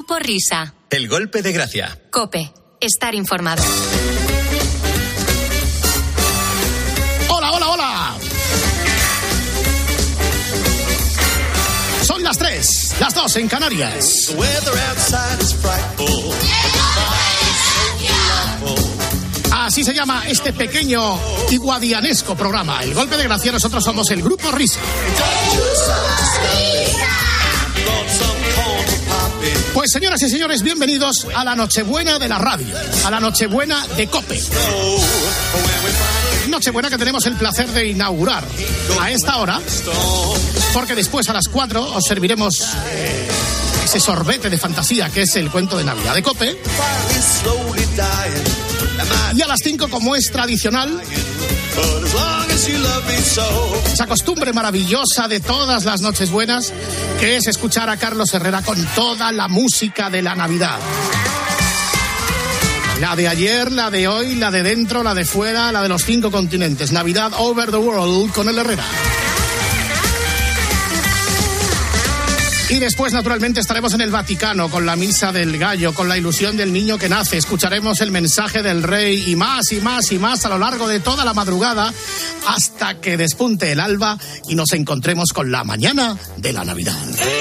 Grupo Risa. El golpe de gracia. COPE. Estar informado. ¡Hola, hola, hola! Son las 3, las 2 en Canarias. Así se llama este pequeño y guadianesco programa. El golpe de gracia, nosotros somos el Grupo Risa. Pues señoras y señores, bienvenidos a la Nochebuena de la radio, a la Nochebuena de COPE. Nochebuena que tenemos el placer de inaugurar a esta hora, porque después a las 4 os serviremos ese sorbete de fantasía que es el cuento de Navidad de COPE. Y a las 5, como es tradicional, esa costumbre maravillosa de todas las noches buenas, que es escuchar a Carlos Herrera con toda la música de la Navidad. La de ayer, la de hoy, la de dentro, la de fuera, la de los 5 continentes. Navidad over the world con el Herrera. Y después, naturalmente, estaremos en el Vaticano con la misa del gallo, con la ilusión del niño que nace. Escucharemos el mensaje del rey y más y más y más a lo largo de toda la madrugada hasta que despunte el alba y nos encontremos con la mañana de la Navidad.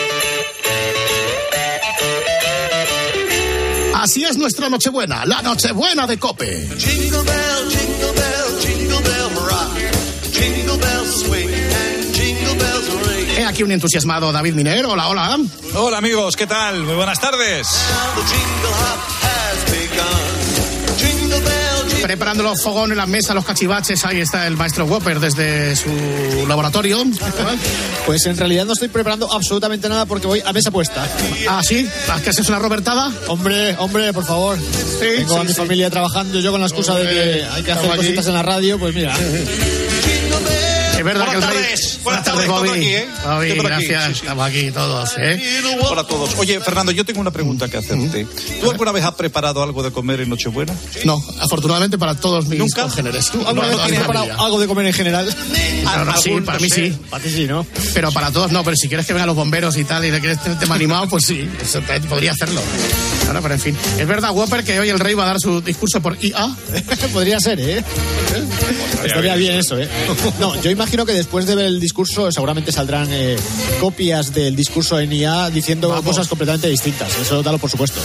Así es nuestra Nochebuena, la Nochebuena de COPE. Jingle bell, jingle bell, jingle bell rock. Jingle bells swing and jingle bells ring. He aquí un entusiasmado David Miner. Hola, hola. Hola amigos, ¿qué tal? Muy buenas tardes. Preparando los fogones, las mesas, los cachivaches, ahí está el maestro Whopper desde su laboratorio. Pues en realidad no estoy preparando absolutamente nada porque voy a mesa puesta. ¿Ah, sí? ¿Que haces una robertada? Hombre, por favor. Sí, Tengo a mi familia trabajando, yo con la excusa de que hay que hacer cositas en la radio, pues mira. Es verdad buenas que el tardes. rey... Buenas tardes, Bobby. aquí, ¿eh? Bobby, gracias. Sí. Estamos aquí todos, Hola a todos. Oye, Fernando, yo tengo una pregunta que hacerte. ¿Tú alguna vez has preparado algo de comer en Nochebuena? No, afortunadamente para todos mis ¿Nunca? congéneres. ¿Tú alguna vez tienes preparado algo de comer en general? No, sí, para mí sí. Para ti sí, ¿no? Pero para todos no, pero si quieres que vengan los bomberos y tal y le quieres tener tema animado, pues sí, podría hacerlo. Ahora, pero en fin. Es verdad, Whopper, que hoy el rey va a dar su discurso por IA. Podría ser, ¿eh? Estaría bien eso, ¿eh? No, yo imagino que después de ver el discurso seguramente saldrán copias del discurso en IA diciendo cosas completamente distintas. Eso dalo por supuesto.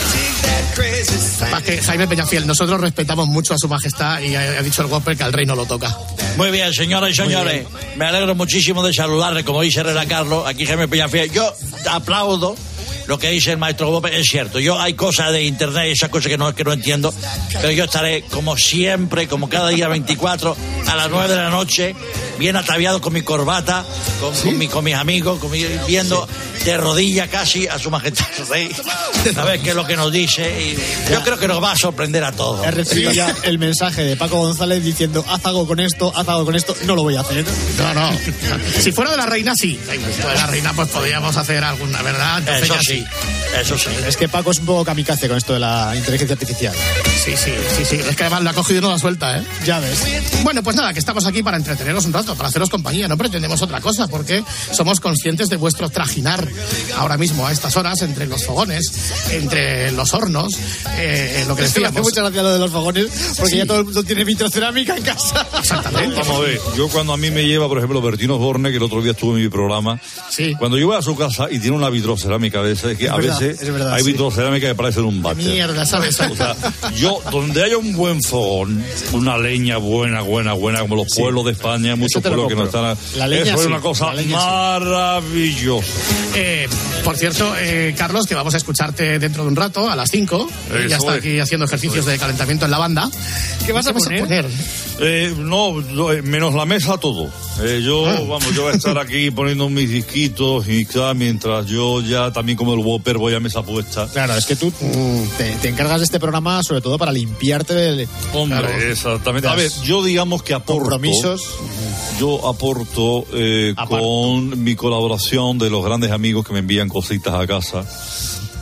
Más que Jaime Peñafiel, nosotros respetamos mucho a su majestad y ha dicho el Whopper que al rey no lo toca. Muy bien, señoras y señores, me alegro muchísimo de saludarle, como dice Herrera Carlos, aquí Jaime Peñafiel. Yo aplaudo lo que dice el maestro Whopper, es cierto. Yo hay cosas de internet, esas cosas que no entiendo, pero yo estaré como siempre, como cada día 24, a las 9 de la noche, bien ataviado con mi corbata, con mis amigos, viendo de rodillas casi a su majestad el rey, a ver qué es lo que nos dice, y yo creo que nos va a sorprender a todos. He recibido ya el mensaje de Paco González diciendo haz algo con esto, no lo voy a hacer. No. Si fuera de la reina, sí. Si fuera de la reina, pues podríamos hacer alguna, ¿verdad? Entonces, eso sí. Es que Paco es un poco kamikaze con esto de la inteligencia artificial. Sí. Es que además la ha cogido y no la suelta, ¿eh? Ya ves. Bueno, pues nada, que estamos aquí para entreteneros un rato, para haceros compañía. No pretendemos otra cosa, porque somos conscientes de vuestro trajinar ahora mismo a estas horas entre los fogones, entre los hornos, lo que decíamos. Me hace mucha gracia lo de los fogones, porque ya todo el mundo tiene vitrocerámica en casa. Exactamente. Vamos a ver, yo cuando a mí me lleva, por ejemplo, Bertino Borne, que el otro día estuvo en mi programa, cuando yo voy a su casa y tiene una vitrocerámica de esas, que a veces hay vitrocerámica que parecen un váter. Mierda, ¿sabes? O sea, yo, donde haya un buen fogón, una leña buena, como los pueblos de España, muchos pueblos que no están... La leña, eso es una cosa maravillosa. Por cierto, Carlos, que vamos a escucharte dentro de un rato, a las 5. Ya está aquí haciendo ejercicios de calentamiento en la banda. ¿Qué vas a poner? No, menos la mesa, todo. Yo voy a estar aquí poniendo mis disquitos y mientras yo ya también como el Whopper voy a mesa puesta. Claro, es que tú te encargas de este programa sobre todo para limpiarte del... Hombre, claro, exactamente. A ver, yo digamos que aporto... Compromisos. Yo aporto con mi colaboración de los grandes amigos que me envían cositas a casa.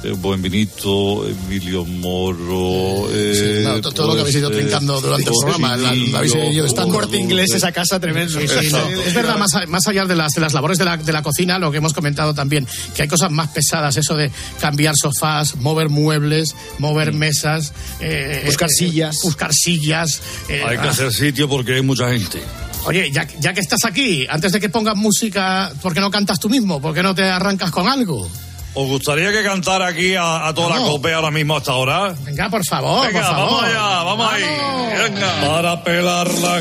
Buen Vinito, Emilio Moro... todo lo que habéis ido trincando durante el programa. Habéis ido estando. Un Corte Inglés, esa casa tremendo. Sí. Es verdad, más allá de las labores de la cocina, lo que hemos comentado también, que hay cosas más pesadas, eso de cambiar sofás, mover muebles, mover mesas... buscar sillas. Hay que hacer sitio porque hay mucha gente. Oye, ya que estás aquí, antes de que pongas música, ¿por qué no cantas tú mismo? ¿Por qué no te arrancas con algo? ¿Os gustaría que cantara aquí a toda la COPE ahora mismo hasta ahora? Venga, por favor, venga, por favor. Vamos allá, vamos ahí. Venga. Para pelar la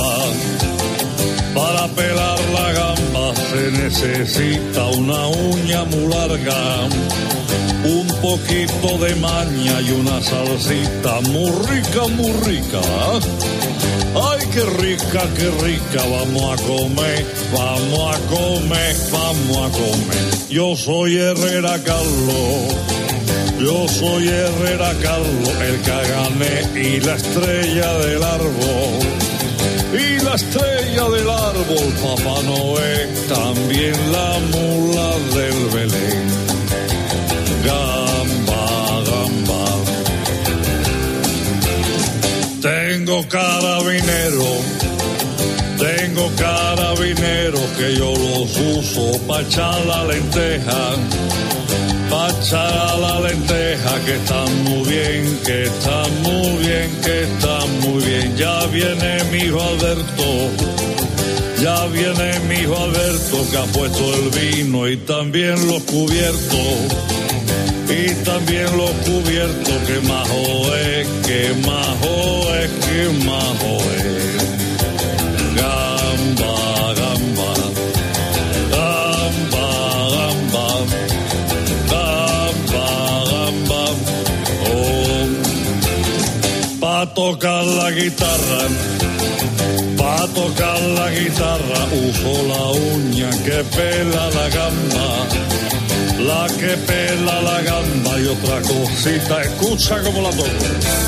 gamba se necesita una uña muy larga, un poquito de maña y una salsita muy rica, muy rica. Ay, qué rica, vamos a comer. Yo soy Herrera Carlos, el cagané y la estrella del árbol. Y la estrella del árbol, Papá Noel, también la mula del Belén. Gamba. Tengo carabinero que yo los uso pa' echar la lenteja, que están muy bien, Ya viene mi hijo Alberto, que ha puesto el vino y también los cubiertos. Que majo es. Gamba. Oh. Pa' tocar la guitarra, uso la uña que pela la gamba. La que pela la gamba y otra cosita, escucha como la toco.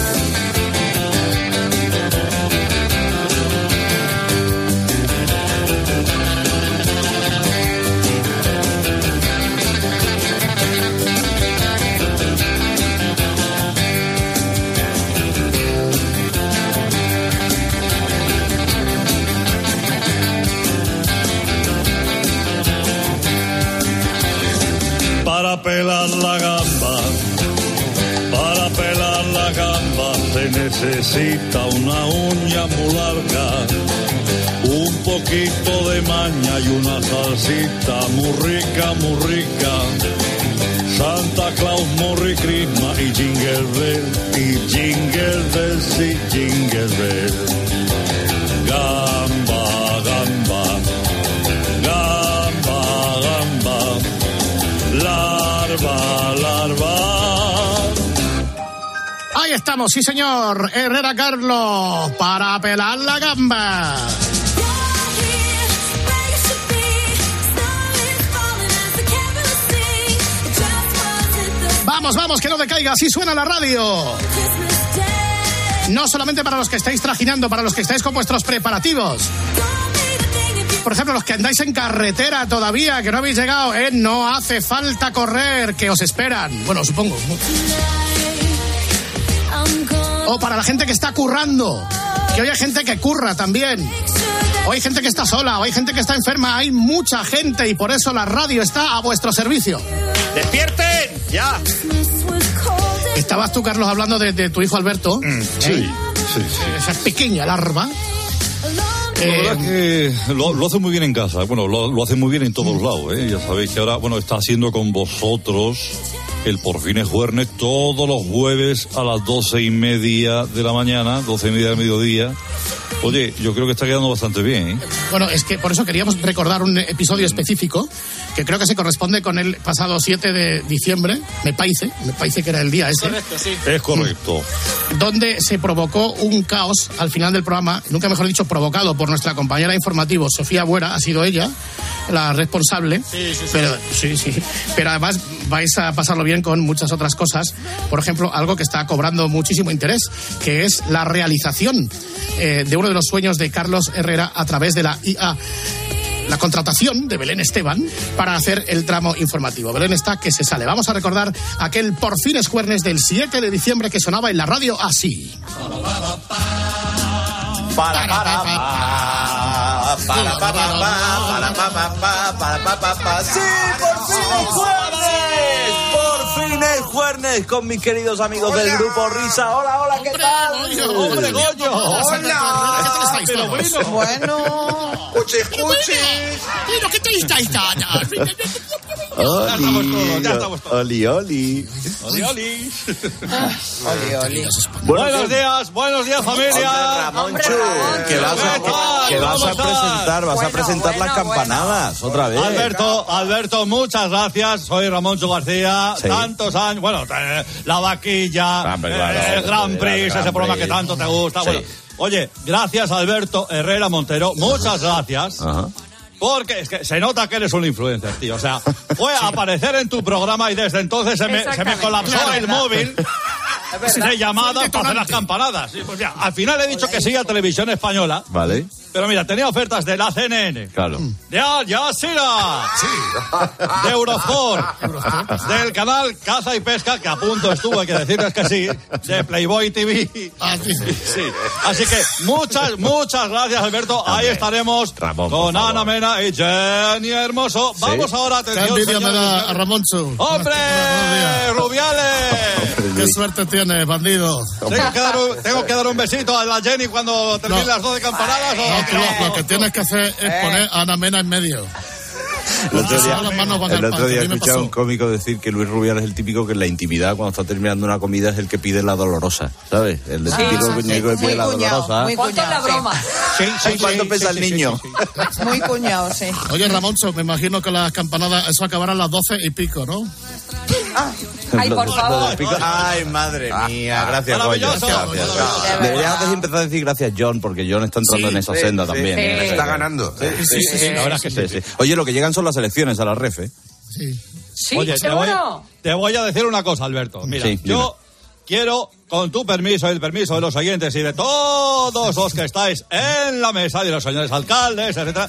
Para pelar la gamba se necesita una uña muy larga, un poquito de maña y una salsita muy rica. Santa Claus, Merry Christmas y Jingle Bell, sí, Jingle Bell. Gamba. Larva. Ahí estamos, sí señor, Herrera Carlos, para pelar la gamba. Vamos, que no decaiga, así suena la radio. No solamente para los que estáis trajinando, para los que estáis con vuestros preparativos. Por ejemplo, los que andáis en carretera todavía, que no habéis llegado, no hace falta correr, que os esperan. Bueno, supongo. O para la gente que está currando, que hoy hay gente que curra también. O hay gente que está sola, o hay gente que está enferma. Hay mucha gente y por eso la radio está a vuestro servicio. ¡Despierten! ¡Ya! Estabas tú, Carlos, hablando de tu hijo Alberto. Sí. Esa pequeña larva. La verdad que lo hace muy bien en casa. Bueno, lo hace muy bien en todos lados, ¿eh? Ya sabéis que ahora, está haciendo con vosotros el Por Fin es Jueves todos los jueves a las 12:30 de la mañana, 12:30 del mediodía. Oye, yo creo que está quedando bastante bien, ¿eh? Bueno, es que por eso queríamos recordar un episodio específico que creo que se corresponde con el pasado 7 de diciembre, me parece que era el día ese. Correcto, sí. Es correcto. Donde se provocó un caos al final del programa, nunca mejor dicho, provocado por nuestra compañera de informativos, Sofía Buera, ha sido ella la responsable. Sí. Pero además vais a pasarlo bien con muchas otras cosas. Por ejemplo, algo que está cobrando muchísimo interés, que es la realización de uno de los sueños de Carlos Herrera a través de la IA. la contratación de Belén Esteban para hacer el tramo informativo. Belén está que se sale. Vamos a recordar aquel Por fin es jueves del 7 de diciembre que sonaba en la radio así. Sí, por fin es jueves. Por fin es jueves con mis queridos amigos del grupo Risa. Hola, ¿qué tal? Hombre, Goyo. Hola. ¿Qué tal estáis? Bueno. Escuche. Bueno, ¿qué tal estáis? Ya estamos todos. Oli. Buenos días, familia. Ramonchu, que vas a presentar las campanadas otra vez. Alberto, muchas gracias. Soy Ramonchu García. Sí. Tantos años, la vaquilla, el Grand Prix, ese programa que tanto te gusta. Sí. Bueno, oye, gracias Alberto Herrera Montero, muchas gracias. Ajá. Porque es que se nota que eres un influencer, tío. O sea, fue a aparecer en tu programa y desde entonces se me colapsó el móvil de llamadas para hacer las campanadas. Y pues ya, al final he dicho que sí a Televisión Española. Vale. Pero mira, tenía ofertas de la CNN. Claro. De Al Jazeera. De Eurosport. Del canal Caza y Pesca, que a punto estuvo, hay que decirles que sí. De Playboy TV. Sí. Así que muchas gracias, Alberto. Ahí estaremos Ramón, con Ana Mena y Jenny Hermoso. Vamos ahora, atención. Qué envidia me señores. da a Ramonchu. ¡Hombre! ¡Rubiales! Qué suerte tienes, bandido. ¿Tengo que dar un besito a la Jenny cuando termine las 12 campanadas? No, tú lo que tienes que hacer es poner a Ana Mena en medio. El otro día Dime, escuché a un pasó. cómico decir que Luis Rubiales es el típico que en la intimidad, cuando está terminando una comida, es el que pide la dolorosa, ¿sabes? El típico que pide la dolorosa. ¿Cuánto es la broma? ¿Cuánto pesa el niño? Muy cuñado, sí. Oye, Ramoncho, me imagino que las campanadas, eso acabará a las 12 y pico, ¿no? Ay, por favor. Ay, madre mía, gracias, Goyo. maravilloso. Gracias. Deberías empezar a decir gracias, John, porque John está entrando en esa senda también. sí. Está ganando. Sí. La verdad es que sí. Oye, lo que llegan son las elecciones a la REF, ¿eh? Sí. Sí, Oye, seguro. te voy a decir una cosa, Alberto. Mira, Sí, yo quiero, con tu permiso y el permiso de los oyentes y de todos los que estáis en la mesa, y los señores alcaldes, etcétera,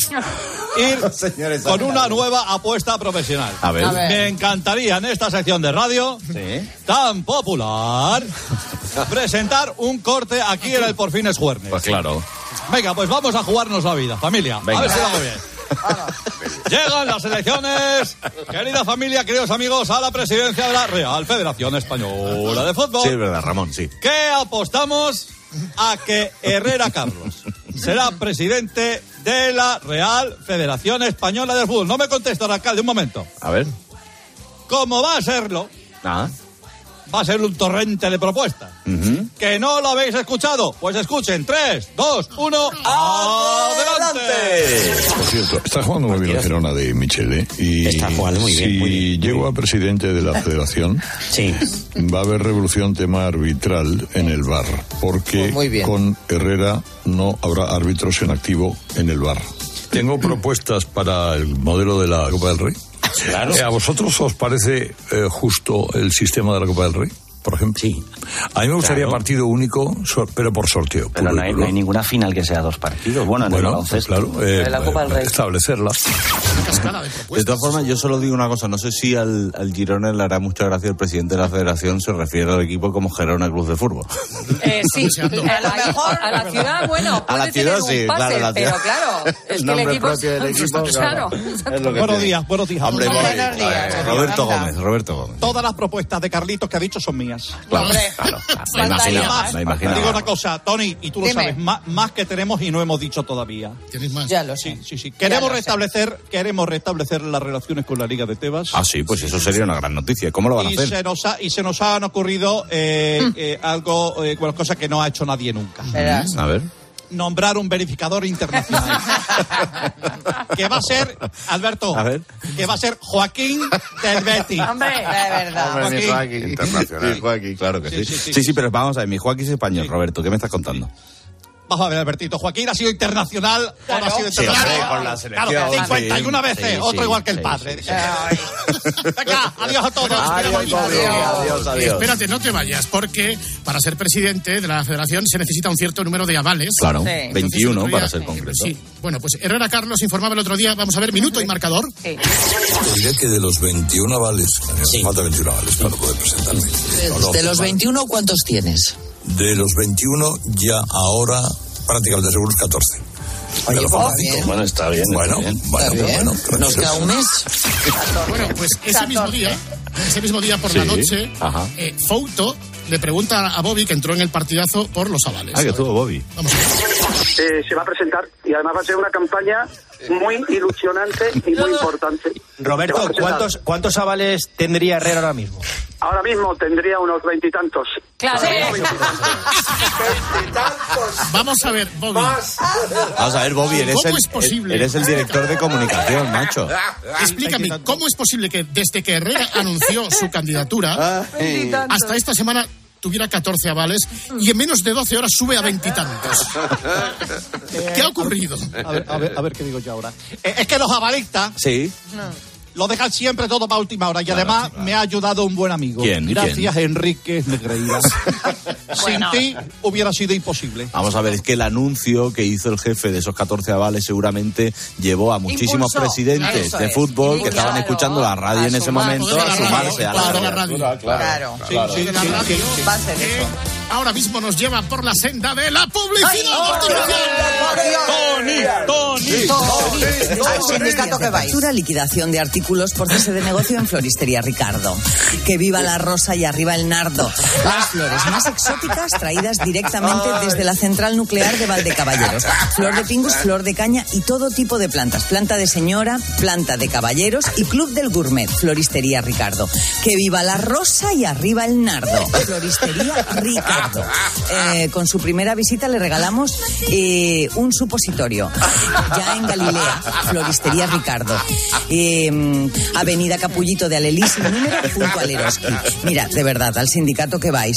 ir Señores con alcaldes. una nueva apuesta profesional. A ver. Me encantaría en esta sección de radio Sí. tan popular presentar un corte aquí en el Por fin es jueves. Pues claro. Venga, pues vamos a jugarnos la vida, familia. Venga. A ver si lo hago bien. Llegan las elecciones, querida familia, queridos amigos, a la presidencia de la Real Federación Española de Fútbol. Sí, es verdad, Ramón, sí. ¿Qué apostamos a que Herrera Carlos será presidente de la Real Federación Española de Fútbol? No me contesta el alcalde, un momento. A ver. Como va a serlo, Ah. va a ser un torrente de propuestas. ¿Que no lo habéis escuchado? Pues escuchen. 3, 2, 1... ¡Adelante! Por cierto, está jugando muy bien la Girona de Michele y Está jugando muy bien, si muy bien. llego a presidente de la federación, Sí. va a haber revolución tema arbitral en el VAR, porque Pues muy bien. con Herrera no habrá árbitros en activo en el VAR. Tengo propuestas para el modelo de la Copa del Rey. Claro. ¿A vosotros os parece justo el sistema de la Copa del Rey, por ejemplo? Sí. A mí me gustaría Claro. partido único, pero por sorteo. Pero puro no y hay duro. ninguna final que sea 2 partidos. Bueno, en el Bueno, baloncesto. claro, En la Copa del Rey. establecerla. Cascada de De propuestas. todas formas, yo solo digo una cosa. No sé si al Girona le hará mucha gracia el presidente de la federación se refiere al equipo como Girona Club de Fútbol. Sí, a lo mejor a la ciudad, bueno, A la puede ciudad, tener sí, un pase, claro, la pero ciudad. claro, es que el nombre equipo propio del equipo, claro. Es lo que Buenos tiene. días, buenos días. Hombre, Buenos voy. días. Roberto Gómez. Todas las propuestas de Carlitos que ha dicho son mías. Claro, Hombre. claro. Me Faltaría imaginaba, más. me Te imaginaba. digo una cosa, Tony, y tú lo Dime. sabes, más que tenemos y no hemos dicho todavía. ¿Tienes más? Ya lo sé. Sí. Ya Queremos lo sé. restablecer las relaciones con la Liga de Tebas. Ah, sí, pues eso sería una gran noticia. ¿Cómo lo van a Y hacer? se nos han ocurrido algo, cosa que no ha hecho nadie nunca. Verás. A ver. Nombrar un verificador internacional. Que va a ser, Alberto, A ver. que va a ser Joaquín del Betis. Hombre, de verdad. Hombre, mi Joaquín. Internacional. Mi Joaquín, claro que sí. Sí. Sí, pero vamos a ver, mi Joaquín es español, Sí. Roberto, ¿qué me estás contando? Vamos a ver, Albertito. Joaquín ha sido internacional. Claro. Ha sido internacional. Sí, con la selección. Claro, 51 veces. Sí, otro sí, igual que el sí, padre. sí. Venga, adiós a todos. Adiós, Bobby. Adiós. Espérate, no te vayas, porque para ser presidente de la federación se necesita un cierto número de avales. Claro, Sí. 21 para ser concreto. Sí, bueno, pues Herrera Carlos informaba el otro día, vamos a ver, minuto y marcador. Te diré que de los 21 avales, falta 21 avales para poder presentarme. De los 21, ¿cuántos tienes? De los 21, ya ahora prácticamente seguros 14. Oye, Pero pues, faltan bien. cinco. Bueno, está bien. Bueno, Nos queda un mes. Bueno, pues ese mismo día por la noche, Fouto le pregunta a Bobby, que entró en el partidazo, por los avales. Que estuvo Bobby. Vamos a ver. Se va a presentar y además va a ser una campaña muy ilusionante y muy importante. Roberto, ¿cuántos avales tendría Herrera ahora mismo? Ahora mismo tendría unos 20 y tantos. Claro. Vamos a ver, Bobby. Vamos a ver, Bobby, ¿Cómo es posible? eres el director de comunicación, macho. Explícame, ¿cómo es posible que desde que Herrera anunció su candidatura hasta esta semana tuviera 14 avales y en menos de 12 horas sube a 20 y tantos? ¿Qué ha ocurrido? A ver qué digo yo ahora. Es que los avalistas Sí. lo dejan siempre todo para última hora y además me ha ayudado un buen amigo. ¿Quién? Gracias, Enrique Negreira. Sin ti hubiera sido imposible. Vamos a ver, es que el anuncio que hizo el jefe de esos 14 avales seguramente llevó a muchísimos Impulsó. presidentes Eso de es. fútbol que estaban Claro. escuchando la radio en ese momento a sumarse a la radio. Claro. Sí, la radio Va a ser que eso. ahora mismo nos lleva por la senda de la publicidad. Al sindicato que vais. Factura, liquidación de artículos por cese de negocio en Floristería Ricardo. Que viva la rosa y arriba el nardo. Las flores más exóticas traídas directamente desde la central nuclear de Valdecaballeros. Flor de pingus, flor de caña y todo tipo de plantas. Planta de señora, planta de caballeros y club del gourmet. Floristería Ricardo. Que viva la rosa y arriba el nardo. Floristería Ricardo. Con su primera visita le regalamos un supositorio. Ya en Galilea, Floristería Ricardo. Avenida Capullito de Alelí, sin número, junto al Eroski. Mira, de verdad, al sindicato que vais.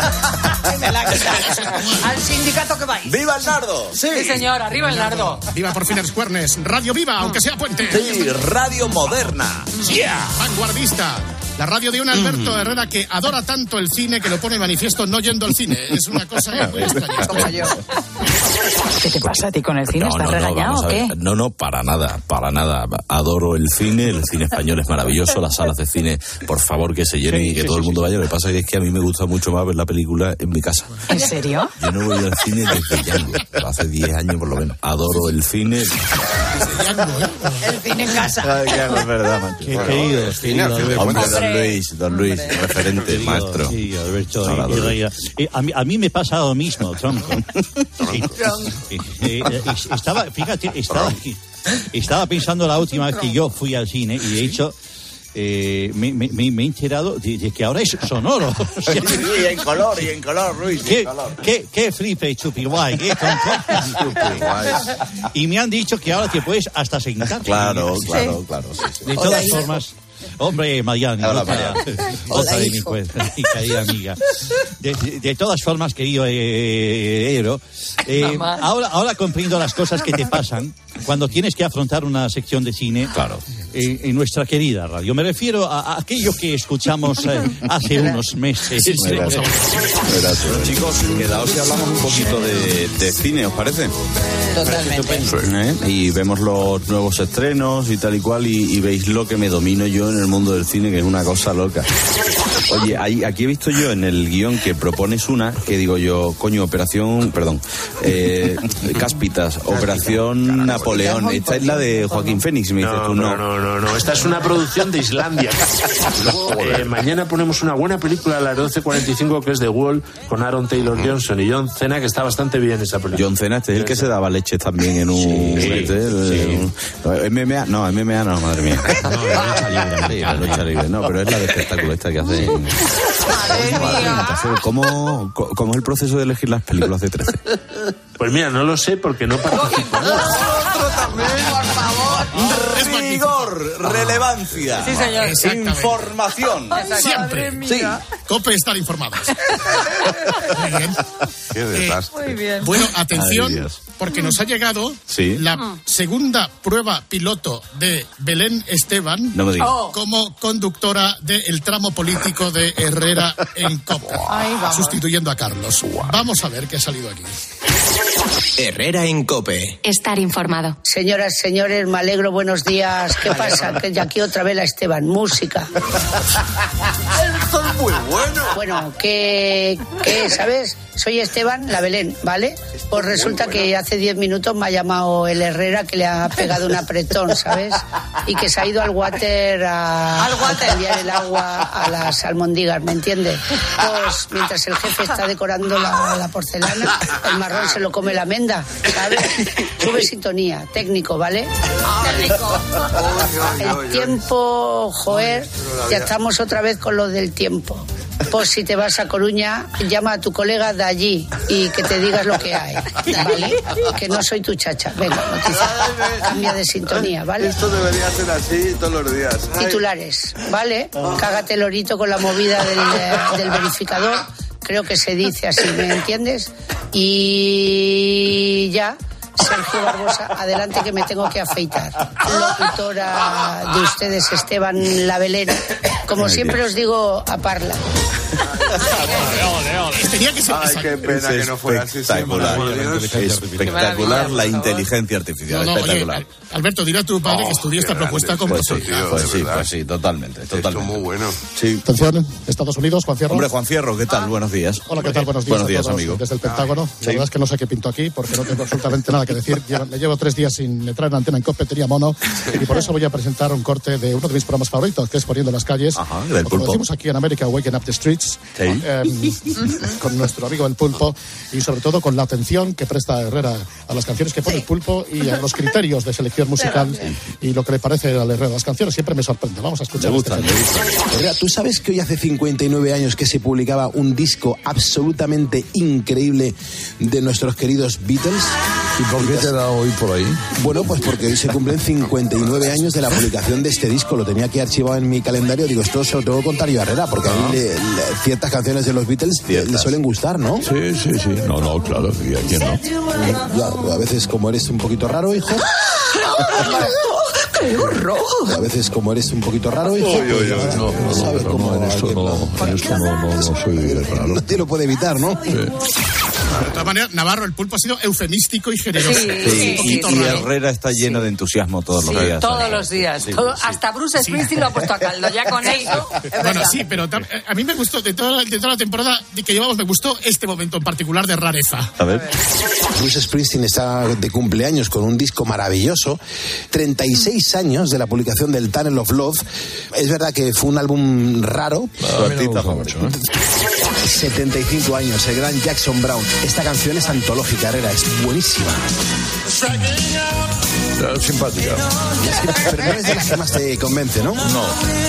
Al sindicato que vais. ¡Viva el nardo! Sí, señor, arriba el nardo. Viva por fin Cuernes, Radio Viva, aunque sea puente. Sí, radio moderna. Vanguardista. La radio de un Alberto Herrera que adora tanto el cine que lo pone de manifiesto no yendo al cine. Es una cosa muy extraña. Como yo. ¿Qué te pasa a ti con el cine? ¿Estás regañado o qué? No, para nada. Adoro el cine español es maravilloso, las salas de cine, por favor, que se llenen y que todo el mundo vaya. Lo que pasa es que a mí me gusta mucho más ver la película en mi casa. ¿En serio? Yo no voy al cine desde Django, hace 10 años por lo menos. Adoro el cine. El cine en casa. Ay, claro, es verdad, macho. Qué querido, Hombre, Don Luis, referente, Querido, maestro. Sí, Alberto. A mí me pasa lo mismo, tronco. Estaba pensando la última vez que yo fui al cine y de hecho me he enterado de que ahora es sonoro. O sea, y en color, Luis. Qué flipe, chupiguay, qué y me han dicho que ahora te puedes hasta sentar. Claro. De todas formas. Hombre, Mariani, otra de mi querida amiga. De todas formas, querido ahora comprendo las cosas que te pasan cuando tienes que afrontar una sección de cine en nuestra querida radio. Me refiero a aquello que escuchamos hace unos meses. Bueno, chicos, quedaos y hablamos un poquito de cine, ¿os parece? Totalmente. Y vemos los nuevos estrenos y tal y cual, y veis lo que me domino yo en el mundo del cine, que es una cosa loca. Oye, aquí he visto yo en el guión que propones una, que digo yo, Cáspitas, Operación Napoleón. Esta es la de Joaquín Fénix, me dices tú, no, esta es una producción de Islandia. Mañana ponemos una buena película a las 12:45 que es The Wall, con Aaron Taylor Johnson y John Cena, que está bastante bien esa película. John Cena, este es el que se daba leche también en un... MMA no, madre mía. La lucha libre, no, pero es la de espectáculo esta que hace... ¿Cómo es el proceso de elegir las películas de 13? Pues mira, no lo sé porque no participo. Otro también, por favor. Rigor, relevancia. Sí, señor. Información. Siempre. Sí. COPE, estar informados. Muy bien. Qué desastre. Muy bien. Bueno, atención, Ay, Dios. porque nos ha llegado Sí. la segunda prueba piloto de Belén Esteban No me digas. como conductora del tramo político de Herrera en COPE, Ahí vamos. sustituyendo a Carlos. Vamos a ver qué ha salido aquí. Herrera en COPE. Estar informado. Señoras, señores, me alegro, buenos días. ¿Qué pasa? Que ya aquí otra vez la Esteban, música. Esto es muy bueno. Bueno, que ¿sabes? Soy Esteban, la Belén, ¿vale? Pues resulta que hace 10 minutos me ha llamado el Herrera que le ha pegado un apretón, ¿sabes? Y que se ha ido al water a cambiar el agua a las almondígas, ¿me entiendes? Pues mientras el jefe está decorando la porcelana, el marrón se lo come la menda, ¿sabes? Sube sintonía, técnico, ¿vale? Técnico. El tiempo, joder, ya estamos otra vez con lo del tiempo. Pues si te vas a Coruña, llama a tu colega de allí y que te digas lo que hay, ¿vale? Que no soy tu chacha. Venga, noticia. Cambia de sintonía, ¿vale? Esto debería ser así todos los días. Ay. Titulares, ¿vale? Cágate el orito con la movida del verificador. Creo que se dice así, ¿me entiendes? Y ya... Sergio Barbosa, adelante que me tengo que afeitar. Locutora de ustedes, Esteban La Belén. Como siempre os digo, a parla. Tenía que ser Ay, qué pena que no fuera así. Espectacular. Espectacular la inteligencia artificial. No, Espectacular. oye, Alberto, dile a tu padre que estudie esta propuesta con vosotros. Pues sí, totalmente. Esto muy bueno. Sí. Atención, Estados Unidos, Juan Fierro. Hombre, Juan Fierro, ¿qué tal? Buenos días. Hola, ¿qué tal? Buenos días. Buenos días, a todos, amigo. Desde el Pentágono. La verdad es que no sé qué pinto aquí porque no tengo absolutamente nada que decir. Le llevo 3 días sin entrar en antena en COPE, tenía mono. Y por eso voy a presentar un corte de uno de mis programas favoritos, que es Poniendo las calles. Ajá, del Como Pulpo. decimos aquí en América, Waking Up the Streets. Sí. Con nuestro amigo el Pulpo y sobre todo con la atención que presta Herrera a las canciones que pone el Pulpo y a los criterios de selección musical y lo que le parece al Herrera. Las canciones siempre me sorprenden. Vamos a escuchar. Me gustan. Herrera, ¿tú sabes que hoy hace 59 años que se publicaba un disco absolutamente increíble de nuestros queridos Beatles? ¿Y por qué te da hoy por ahí? Bueno, pues porque hoy se cumplen 59 años de la publicación de este disco. Lo tenía aquí archivado en mi calendario. Digo, esto se lo tengo que contar yo a Herrera, porque a mí ciertas canciones de los Beatles le suelen gustar, ¿no? Sí. No, claro, ¿y a quién no? Ya, a veces como eres un poquito raro, hijo. ¡Qué horror! A veces como eres un poquito raro, hijo. No, sabes cómo en esto no soy raro. Nadie lo puede evitar, ¿no? Sí. De todas maneras, Navarro, el Pulpo ha sido eufemístico y generoso. Sí, y Herrera está lleno de entusiasmo todos los días. Todos los días. Sí, Todo, sí. Hasta Bruce Springsteen lo ha puesto a caldo. Ya con eso. Bueno, sí, pero a mí me gustó, de toda la temporada que llevamos, me gustó este momento en particular de rareza. A ver. Bruce Springsteen está de cumpleaños con un disco maravilloso. 36 años de la publicación del Tunnel of Love. Es verdad que fue un álbum raro. A mí me gusta mucho, 75 años, el gran Jackson Brown. Esta canción es antológica, Herrera, es buenísima. Simpática. Pero no es de las que más te convence, ¿no? No.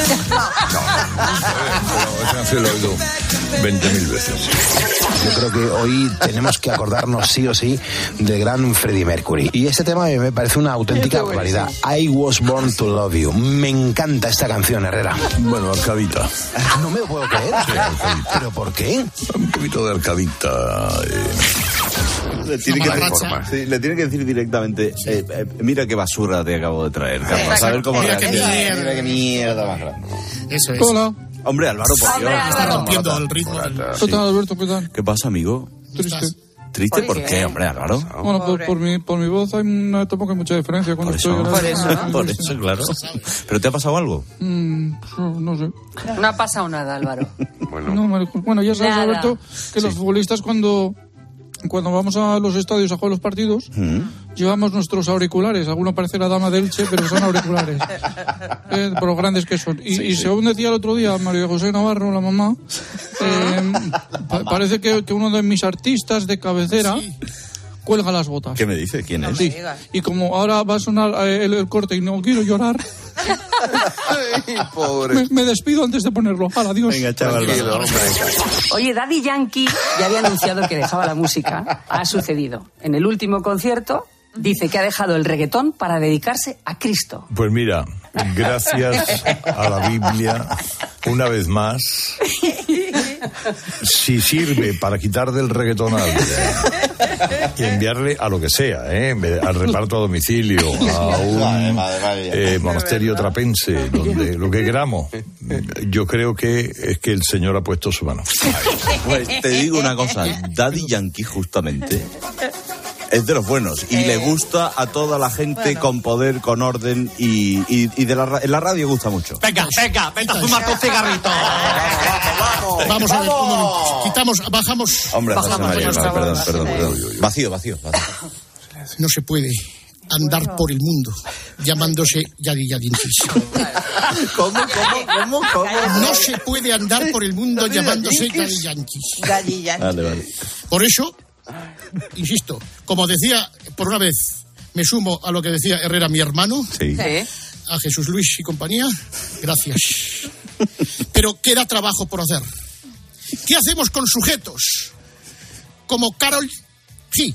Esa canción la he oído 20.000 veces. Yo creo que hoy tenemos que acordarnos sí o sí del gran Freddie Mercury. Y este tema me parece una auténtica barbaridad. I Was Born to Love You. Me encanta esta canción, Herrera. Bueno, Arcadita. No me lo puedo creer. ¿Pero por qué? Un poquito de Arcadita. Le tiene que decir directamente, mira qué basura te acabo de traer, Carlos. A ver cómo reacciona. Mira qué mierda más grande. Eso es. Hola. Hombre, Álvaro, por Dios. Está rompiendo el ritmo. ¿Qué tal, Alberto? ¿Qué tal? ¿Qué pasa, amigo? Triste. ¿Triste? ¿Por qué, hombre, Álvaro? Bueno, por mi voz hay una etapa que hay mucha diferencia cuando estoy... Por eso, claro. ¿Pero te ha pasado algo? No sé. No ha pasado nada, Álvaro. Bueno, ya sabes, Nada. Alberto, que los futbolistas cuando vamos a los estadios a jugar los partidos, llevamos nuestros auriculares. Alguno parece la dama de Elche, pero son auriculares. Por lo grandes que son. Y según decía el otro día María José Navarro, la mamá, parece que uno de mis artistas de cabecera cuelga las botas. ¿Qué me dice? ¿Quién es? Sí. Y como ahora va a sonar el corte y no quiero llorar... Ay, pobre. Me despido antes de ponerlo. Adiós. Venga, chaval. Oye, Daddy Yankee ya había anunciado que dejaba la música. Ha sucedido. En el último concierto dice que ha dejado el reggaetón para dedicarse a Cristo. Pues mira, gracias a la Biblia, una vez más, si sirve para quitar del reggaetón a alguien y enviarle a lo que sea, al reparto a domicilio, a un monasterio trapense, donde lo que queramos, yo creo que es que el Señor ha puesto su mano. Pues te digo una cosa, Daddy Yankee justamente es de los buenos y le gusta a toda la gente con poder, con orden y en la radio gusta mucho. Venga, vete a fumar tu cigarrito. Vamos a ver, un momento. Quitamos, bajamos. Hombre, José María, perdón. Vacío. No se puede andar por el mundo llamándose Daddy Yankee. ¿Cómo? No se puede andar por el mundo llamándose Daddy Yankee. Vale. Por eso, insisto, como decía, por una vez me sumo a lo que decía Herrera, mi hermano, a Jesús Luis y compañía, gracias. Pero queda trabajo por hacer. ¿Qué hacemos con sujetos como Karol G?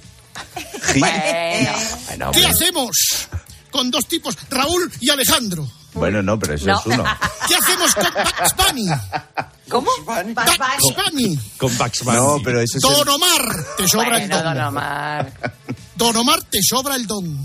¿Qué hacemos con dos tipos, Raúl y Alejandro? Bueno, no, pero eso es uno. ¿Qué hacemos con Bugs Bunny? ¿Cómo? Bugs Bunny. Con Bugs Bunny. No, pero ese es Don Omar, te sobra el don. Don Omar, te sobra el don.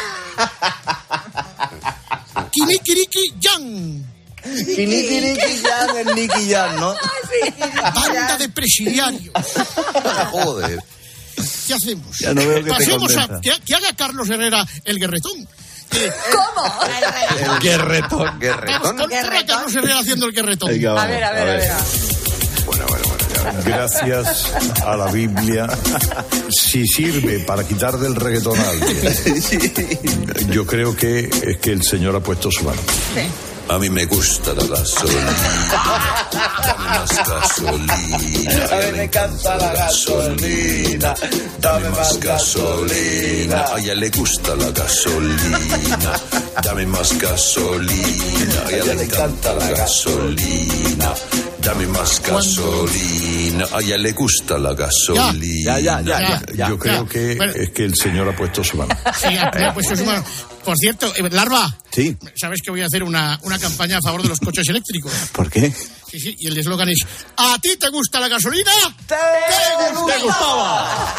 Kinikiriki Yang. Kinikiriki Yang, el Nicky Yang, ¿no? Banda de presidiarios. Joder. ¿Qué hacemos? Ya no veo que Pasemos te que haga Carlos Herrera el guerretón. ¿Cómo? El guerretón. Vamos, Carlos Herrera haciendo el guerretón. Venga, a ver. Bueno, gracias a la Biblia, si sirve para quitar del reggaetón a alguien, yo creo que es que el Señor ha puesto su mano. A mí me gusta la gasolina. Dame más gasolina. A mí me encanta la gasolina. Dame más gasolina. A ella le gusta la gasolina. Dame más gasolina. A ella le encanta la gasolina. Dame más gasolina. A ella le gusta la gasolina. Ya. Yo creo que es que el Señor ha puesto su mano. Sí, ha puesto su mano. Por cierto, Larva. Sí. ¿Sabes que voy a hacer una campaña a favor de los coches eléctricos? ¿Por qué? Sí, y el eslogan es: ¿a ti te gusta la gasolina? ¡Te gustaba!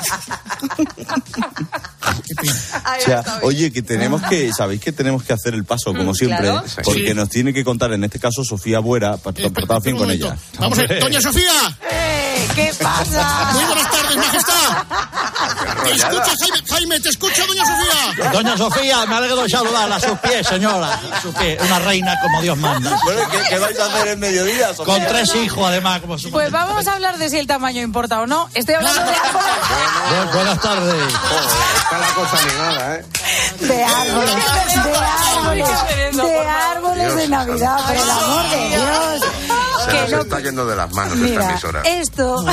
O sea, oye, que sabéis que tenemos que hacer el paso, como siempre, claro. porque nos tiene que contar, en este caso, Sofía Buera, para portar fin con ella. Vamos a ver, doña Sofía. ¿Qué pasa? Muy buenas tardes, majestad. Te escucha, Jaime, te escucha, doña Sofía. Doña Sofía, me alegro de saludarla a sus pies, señora. A sus pies, una reina como Dios manda. Bueno, ¿qué vais a hacer en mediodía, Sofía? Con 3 hijos, además, como su Pues vamos a hablar de si el tamaño importa o no. Estoy hablando de árboles. Buenas tardes. Está la cosa animada, De árboles de Navidad, por el amor de Dios. Se nos está yendo de las manos esta emisora. Esto Doña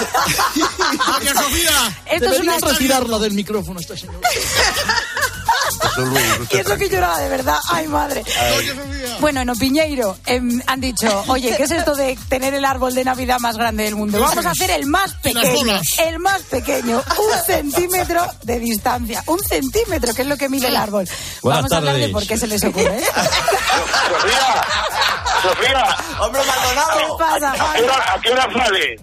Sofía. es una retirarla del micrófono esta señora. Y es lo que lloraba de verdad. Ay, madre. Bueno, en Opiñeiro han dicho: oye, ¿qué es esto de tener el árbol de Navidad más grande del mundo? Vamos a hacer el más pequeño. El más pequeño. 1 centímetro de distancia. 1 centímetro, que es lo que mide el árbol. Vamos a hablar de por qué se les ocurre. Sofía. ¡Hombre, Maldonado! ¿Qué pasa, Juan? ¿A qué hora sale?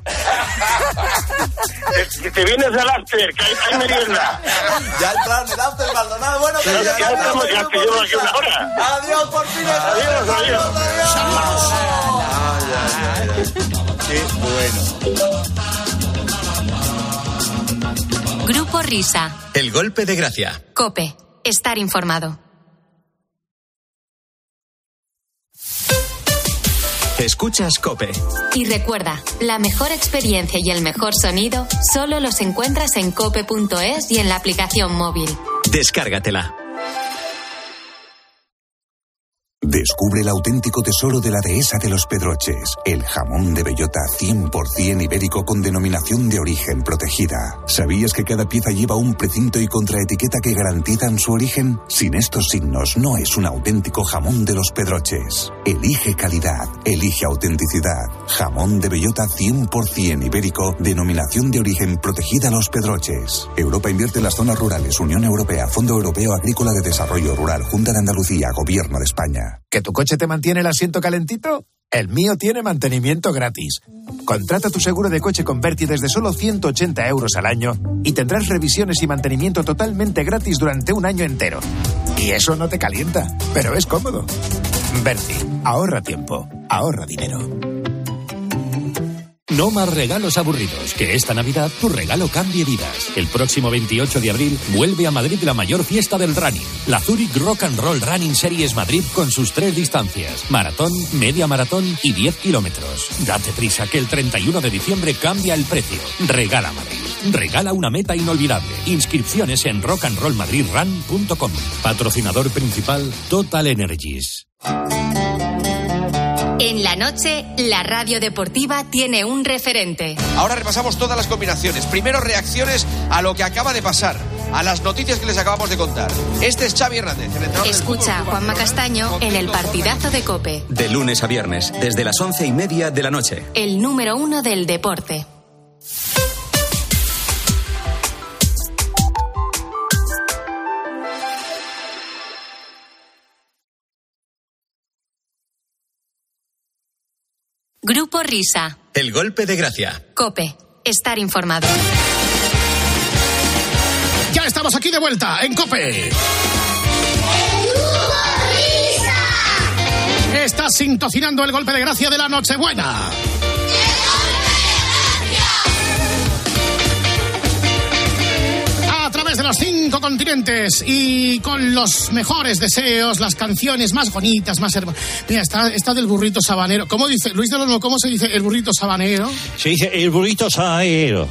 Te vienes al after, que hay merienda. Ya entraron el after, Maldonado. Bueno, pero ya estamos, ya te llevo aquí 1 hora. Adiós, por fin. Adiós. Qué bueno. Grupo Risa. El golpe de gracia. COPE. Estar informado. Escuchas COPE. Y recuerda, la mejor experiencia y el mejor sonido solo los encuentras en cope.es y en la aplicación móvil. Descárgatela. Descubre el auténtico tesoro de la dehesa de los Pedroches, el jamón de bellota 100% ibérico con denominación de origen protegida. ¿Sabías que cada pieza lleva un precinto y contraetiqueta que garantizan su origen? Sin estos signos no es un auténtico jamón de los Pedroches. Elige calidad, elige autenticidad. Jamón de bellota 100% ibérico, denominación de origen protegida Los Pedroches. Europa invierte en las zonas rurales. Unión Europea, Fondo Europeo Agrícola de Desarrollo Rural, Junta de Andalucía, Gobierno de España. ¿Que tu coche te mantiene el asiento calentito? El mío tiene mantenimiento gratis. Contrata tu seguro de coche con Berti desde solo 180 euros al año y tendrás revisiones y mantenimiento totalmente gratis durante un año entero. Y eso no te calienta, pero es cómodo. Berti, ahorra tiempo, ahorra dinero. No más regalos aburridos, que esta Navidad tu regalo cambie vidas. El próximo 28 de abril vuelve a Madrid la mayor fiesta del running, la Zurich Rock and Roll Running Series Madrid con sus 3 distancias, maratón, media maratón y 10 kilómetros. Date prisa que el 31 de diciembre cambia el precio. Regala Madrid. Regala una meta inolvidable. Inscripciones en rockandrollmadridrun.com. Patrocinador principal Total Energies. En la noche, la radio deportiva tiene un referente. Ahora repasamos todas las combinaciones. Primero, reacciones a lo que acaba de pasar, a las noticias que les acabamos de contar. Este es Xavi Hernández, el entrenador. Escucha a Juanma Castaño en el partidazo de COPE. De lunes a viernes, desde las 11:30 de la noche. El número 1 del deporte. Grupo Risa. El golpe de gracia. COPE. Estar informado. Ya estamos aquí de vuelta en COPE. Estás sintonizando el golpe de gracia de la Nochebuena. A través de los 5 continentes y con los mejores deseos, las canciones más bonitas, más hermosas. Mira, está del burrito sabanero. ¿Cómo dice Luis de Olmo? ¿Cómo se dice el burrito sabanero? Se dice el burrito sabanero.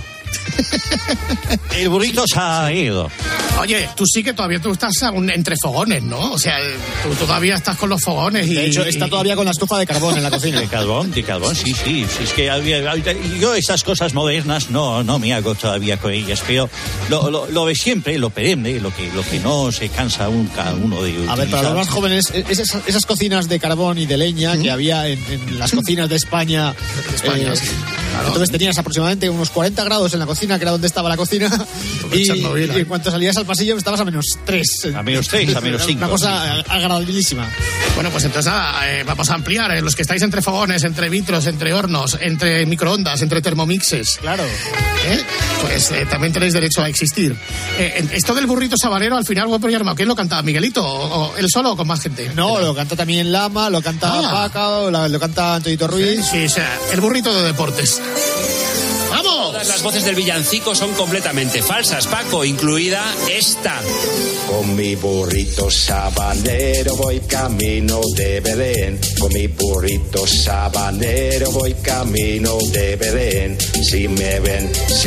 El burrito sabanero. Oye, tú sí que todavía tú estás aún entre fogones, ¿no? O sea, tú todavía estás con los fogones y... De hecho, está todavía con la estufa de carbón en la cocina. De carbón, sí. Es que yo estas cosas modernas no me hago todavía con ellas, pero lo de siempre, lo perenne, lo que no se cansa cada uno de ellos. A ver, para los más jóvenes, esas cocinas de carbón y de leña que había en las cocinas de España. Sí, claro. Entonces tenías aproximadamente unos 40 grados en la cocina, que era donde estaba la cocina, y en cuanto salías al pasillo estabas a -3. A -3, a -5. Una cosa agradabilísima. Bueno, pues entonces vamos a ampliar. Los que estáis entre fogones, entre vitros, entre hornos, entre microondas, entre termomixes. Claro. Pues también tenéis derecho a existir. Esto del burrito sabanero, al final, ¿quién lo cantaba? ¿Miguelito? ¿O él solo o con más gente? No, lo canta también Lama, lo canta Paca, lo canta Antonito Ruiz. Sí, o sea, el burrito de deportes. ¡Vamos! Todas las voces del villancico son completamente falsas, Paco, incluida esta. Con mi burrito sabanero voy camino de Belén. Con mi burrito sabanero voy camino de Belén. Si me ven,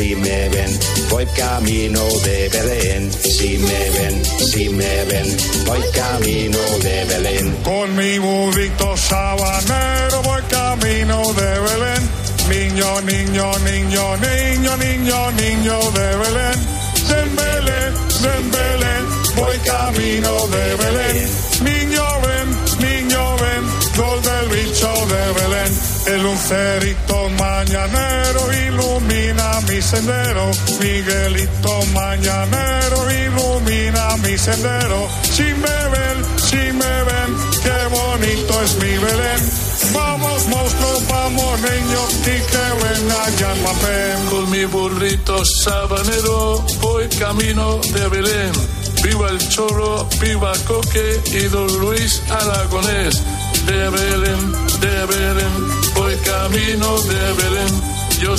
voy camino de Belén. Si me ven, voy camino de Belén. Con mi burrito sabanero voy camino de Belén. Niño, niño, niño, niño, niño, niño de Belén. En Belén, voy camino de Belén. Niño, ven, gol del bicho de Belén. El lucerito mañanero ilumina mi sendero. Miguelito mañanero ilumina mi sendero. Si me ven, qué bonito es mi Belén. Vamos monstruos, vamos niños y que venga ya el papel. Con mi burrito sabanero voy camino de Belén. Viva el Chorro, viva Coque y don Luis Aragonés. De Belén, voy camino de Belén. Yo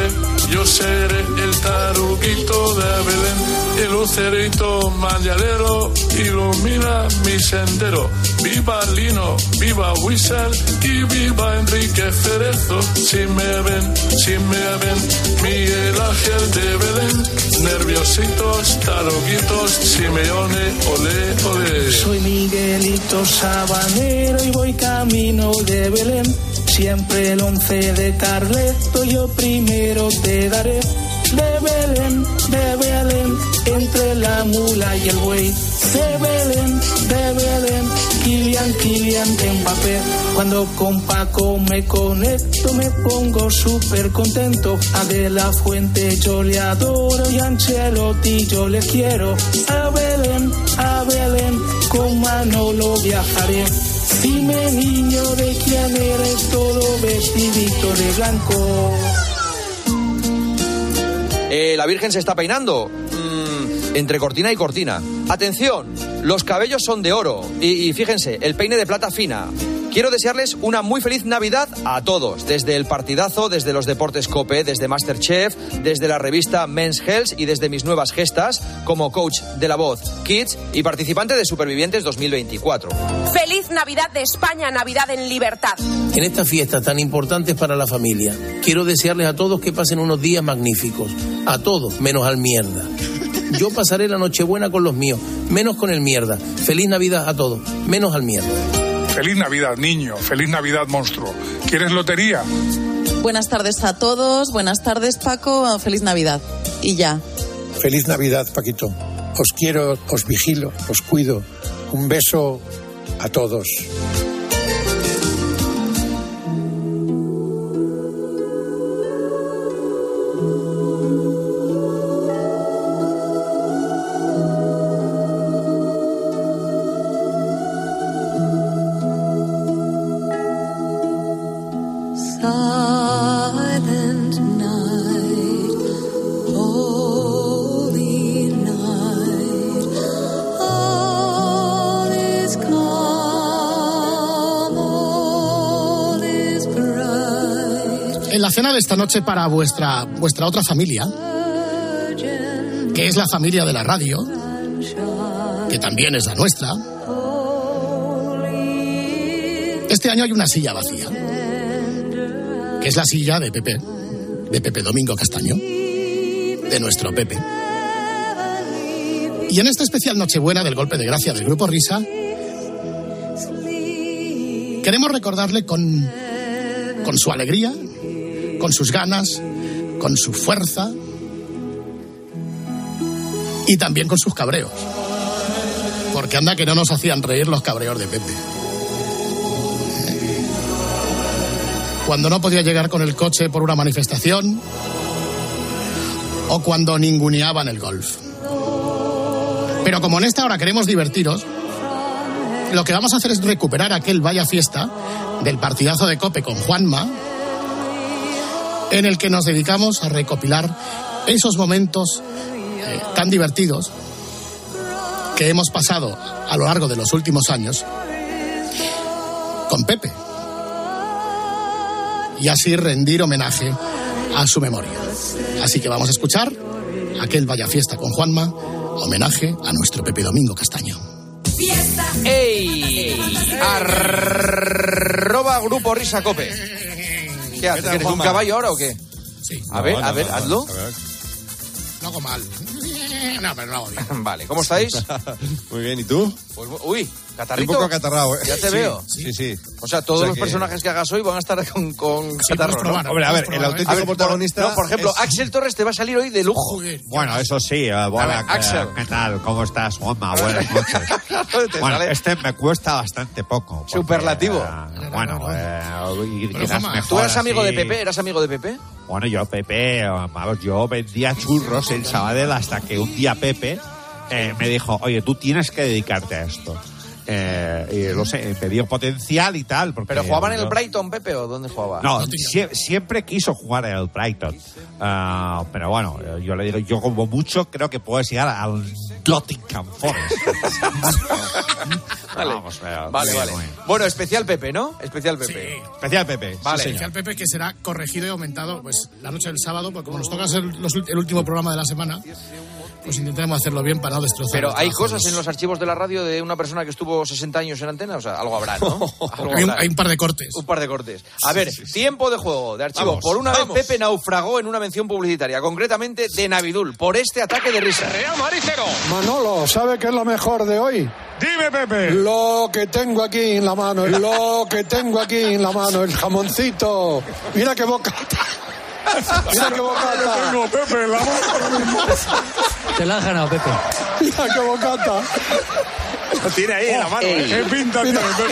seré el taruguito de Belén. El lucerito mañanero ilumina mi sendero. Viva Lino, viva Whistle y viva Enrique Cerezo. Si me ven, Miguel Ángel de Belén. nerviositos, taroquitos, Simeone, olé, olé. Soy Miguelito Sabanero y voy camino de Belén. Siempre el 11 de Carleto yo primero te daré. De Belén, entre la mula y el buey. De Belén, Kylian Mbappé. Cuando con Paco me conecto me pongo súper contento. A De La Fuente yo le adoro y a Ancelotti yo le quiero. A Belén, con Manolo viajaré. Dime niño de quién eres, todo vestidito de blanco. La Virgen se está peinando entre cortina y cortina. Atención, los cabellos son de oro y fíjense, el peine de plata fina. Quiero desearles una muy feliz Navidad a todos, desde el partidazo, desde los deportes COPE, desde Masterchef, desde la revista Men's Health y desde mis nuevas gestas como coach de La Voz Kids y participante de Supervivientes 2024. Feliz Navidad de España, Navidad en libertad. En estas fiestas tan importantes para la familia, quiero desearles a todos que pasen unos días magníficos. A todos, menos al mierda. Yo pasaré la Nochebuena con los míos, menos con el mierda. Feliz Navidad a todos, menos al mierda. Feliz Navidad, niño. Feliz Navidad, monstruo. ¿Quieres lotería? Buenas tardes a todos. Buenas tardes, Paco. Feliz Navidad. Y ya. Feliz Navidad, Paquito. Os quiero, os vigilo, os cuido. Un beso a todos. En la cena de esta noche para vuestra otra familia, que es la familia de la radio, que también es la nuestra, este año hay una silla vacía, que es la silla de Pepe Domingo Castaño, de nuestro Pepe. Y en esta especial Nochebuena del Golpe de Gracia del Grupo Risa, queremos recordarle con su alegría, con sus ganas, con su fuerza y también con sus cabreos. Porque anda que no nos hacían reír los cabreos de Pepe. Cuando no podía llegar con el coche por una manifestación o cuando ninguneaban el golf. Pero como en esta hora queremos divertiros, lo que vamos a hacer es recuperar aquel Vaya Fiesta del partidazo de COPE con Juanma, en el que nos dedicamos a recopilar esos momentos tan divertidos que hemos pasado a lo largo de los últimos años con Pepe, y así rendir homenaje a su memoria. Así que vamos a escuchar aquel Vaya Fiesta con Juanma, homenaje a nuestro Pepe Domingo Castaño. ¡Ey! ¡Arroba Grupo Risa Cope! ¿Qué haces? ¿Eres un caballo ahora o qué? Sí. A ver, hazlo. Lo hago mal. No, pero lo hago bien. Vale, ¿cómo estáis? Muy bien, ¿y tú? Pues, uy, catarrito. Un poco acatarrado, ¿eh? Ya te veo. Sí. O sea, todos los personajes que hagas hoy van a estar con catarro, ¿no? Hombre, a ver, el auténtico protagonista... por ejemplo, Axel Torres te va a salir hoy de lujo. Bueno, eso sí. Axel. ¿Qué tal? ¿Cómo estás, Juanma? Buenas noches. Bueno, me cuesta bastante poco. Porque, superlativo. ¿Tú eras amigo de Pepe? ¿Eras amigo de Pepe? Bueno, yo vendía churros en Sabadell hasta que un día Pepe me dijo, oye, tú tienes que dedicarte a esto. Y lo sé, me dio potencial y tal. Porque, ¿pero jugaban en el Brighton, Pepe, o dónde jugaba? No, siempre quiso jugar en el Brighton. Pero bueno, yo le digo, yo como mucho creo que puedes llegar al Nottingham Forest. Vale. Bueno, especial Pepe, ¿no? Especial Pepe. Sí. Especial Pepe. Vale. Sí, especial Pepe, que será corregido y aumentado pues la noche del sábado, porque como nos toca ser el último programa de la semana, Pues intentaremos hacerlo bien para no destrozar. Pero hay cosas en los archivos de la radio de una persona que estuvo 60 años en antena, o sea, algo habrá, ¿no? Hay un par de cortes. Un par de cortes. A ver, tiempo de juego, de archivo. Vamos, por una vez Pepe naufragó en una mención publicitaria, concretamente de Navidul, por este ataque de risa. Real Madrid 0. Manolo, ¿sabe qué es lo mejor de hoy? Dime, Pepe. Lo que tengo aquí en la mano, el jamoncito. Mira qué bocata. Mira qué bocata. Tengo, Pepe, la boca. Te la has ganado, Pepe. Mira qué bocata. Lo tiene ahí en la mano. ¿Qué pinta tiene, Pepe?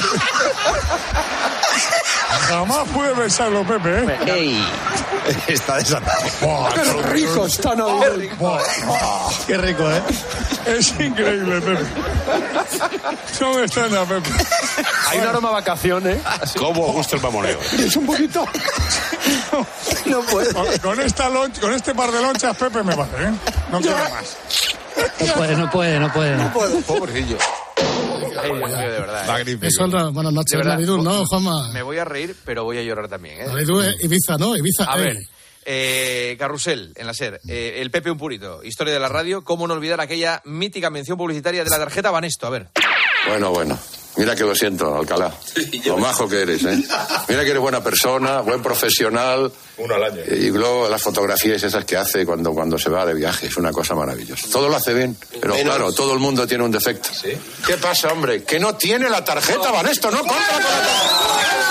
Jamás pude besarlo, Pepe, ¿eh? ¡Ey! Está desatado. ¡Qué rico está Navidul! ¡Qué rico, eh! Es increíble, Pepe. No me extraña, Pepe. Hay un aroma a vacaciones. ¿Cómo gusta el mamoneo? Es un poquito. No puedo. Con este par de lonchas, Pepe, me vale, ¿eh? No quiero más. No puede. No puedo, pobrecillo. Ay, Dios mío, de verdad. Magnífico. Eso es buenas noches, Navidul, ¿no, Juanma? Me voy a reír, pero voy a llorar también, ¿eh? Navidul, Ibiza, ¿no? Ibiza. A ver, Carrusel, en la SER, el Pepe un purito, historia de la radio, cómo no olvidar aquella mítica mención publicitaria de la tarjeta Banesto, a ver. Bueno. Mira que lo siento, Alcalá. Lo majo que eres, ¿eh? Mira que eres buena persona, buen profesional. Uno al año. Y luego las fotografías esas que hace cuando se va de viaje, es una cosa maravillosa. Todo lo hace bien, pero claro, todo el mundo tiene un defecto. ¿Sí? ¿Qué pasa, hombre? Que no tiene la tarjeta Banesto, no compra con la tarjeta.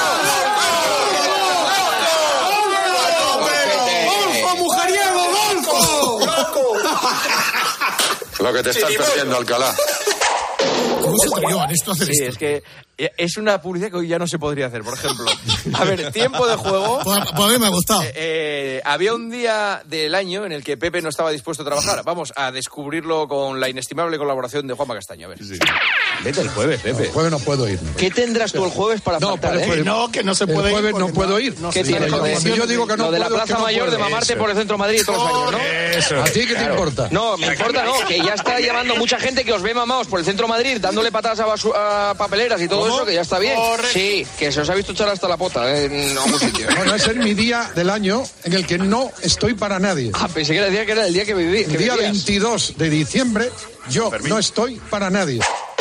Lo que te estás perdiendo, Alcalá. ¿Cómo se atrevió Banesto a hacer esto? Sí, es que es una publicidad que hoy ya no se podría hacer, por ejemplo. A ver, tiempo de juego. Pues a mí me ha gustado. Había un día del año en el que Pepe no estaba dispuesto a trabajar. Vamos a descubrirlo con la inestimable colaboración de Juanma Castaño. A ver. Sí. Vete el jueves, Pepe. El jueves no puedo ir. ¿Qué tendrás tú el jueves para faltar, No, que no se puede ir. El jueves no puedo ir. ¿Qué tienes? Yo digo que no lo de la puedo, Plaza Mayor de mamarte eso. por el Centro Madrid todos los años, ¿no? Eso. ¿A ti qué te importa? No, me importa, no, que ya está llamando mucha gente que os ve mamados por el Centro Madrid, dándole patadas a papeleras y todo eso, que ya está bien. Sí, que se os ha visto echar hasta la pota en algún sitio. Bueno, ese es mi día del año en el que no estoy para nadie. Ah, pensé que era el día que viví. El día 22 de diciembre, yo no estoy para nadie.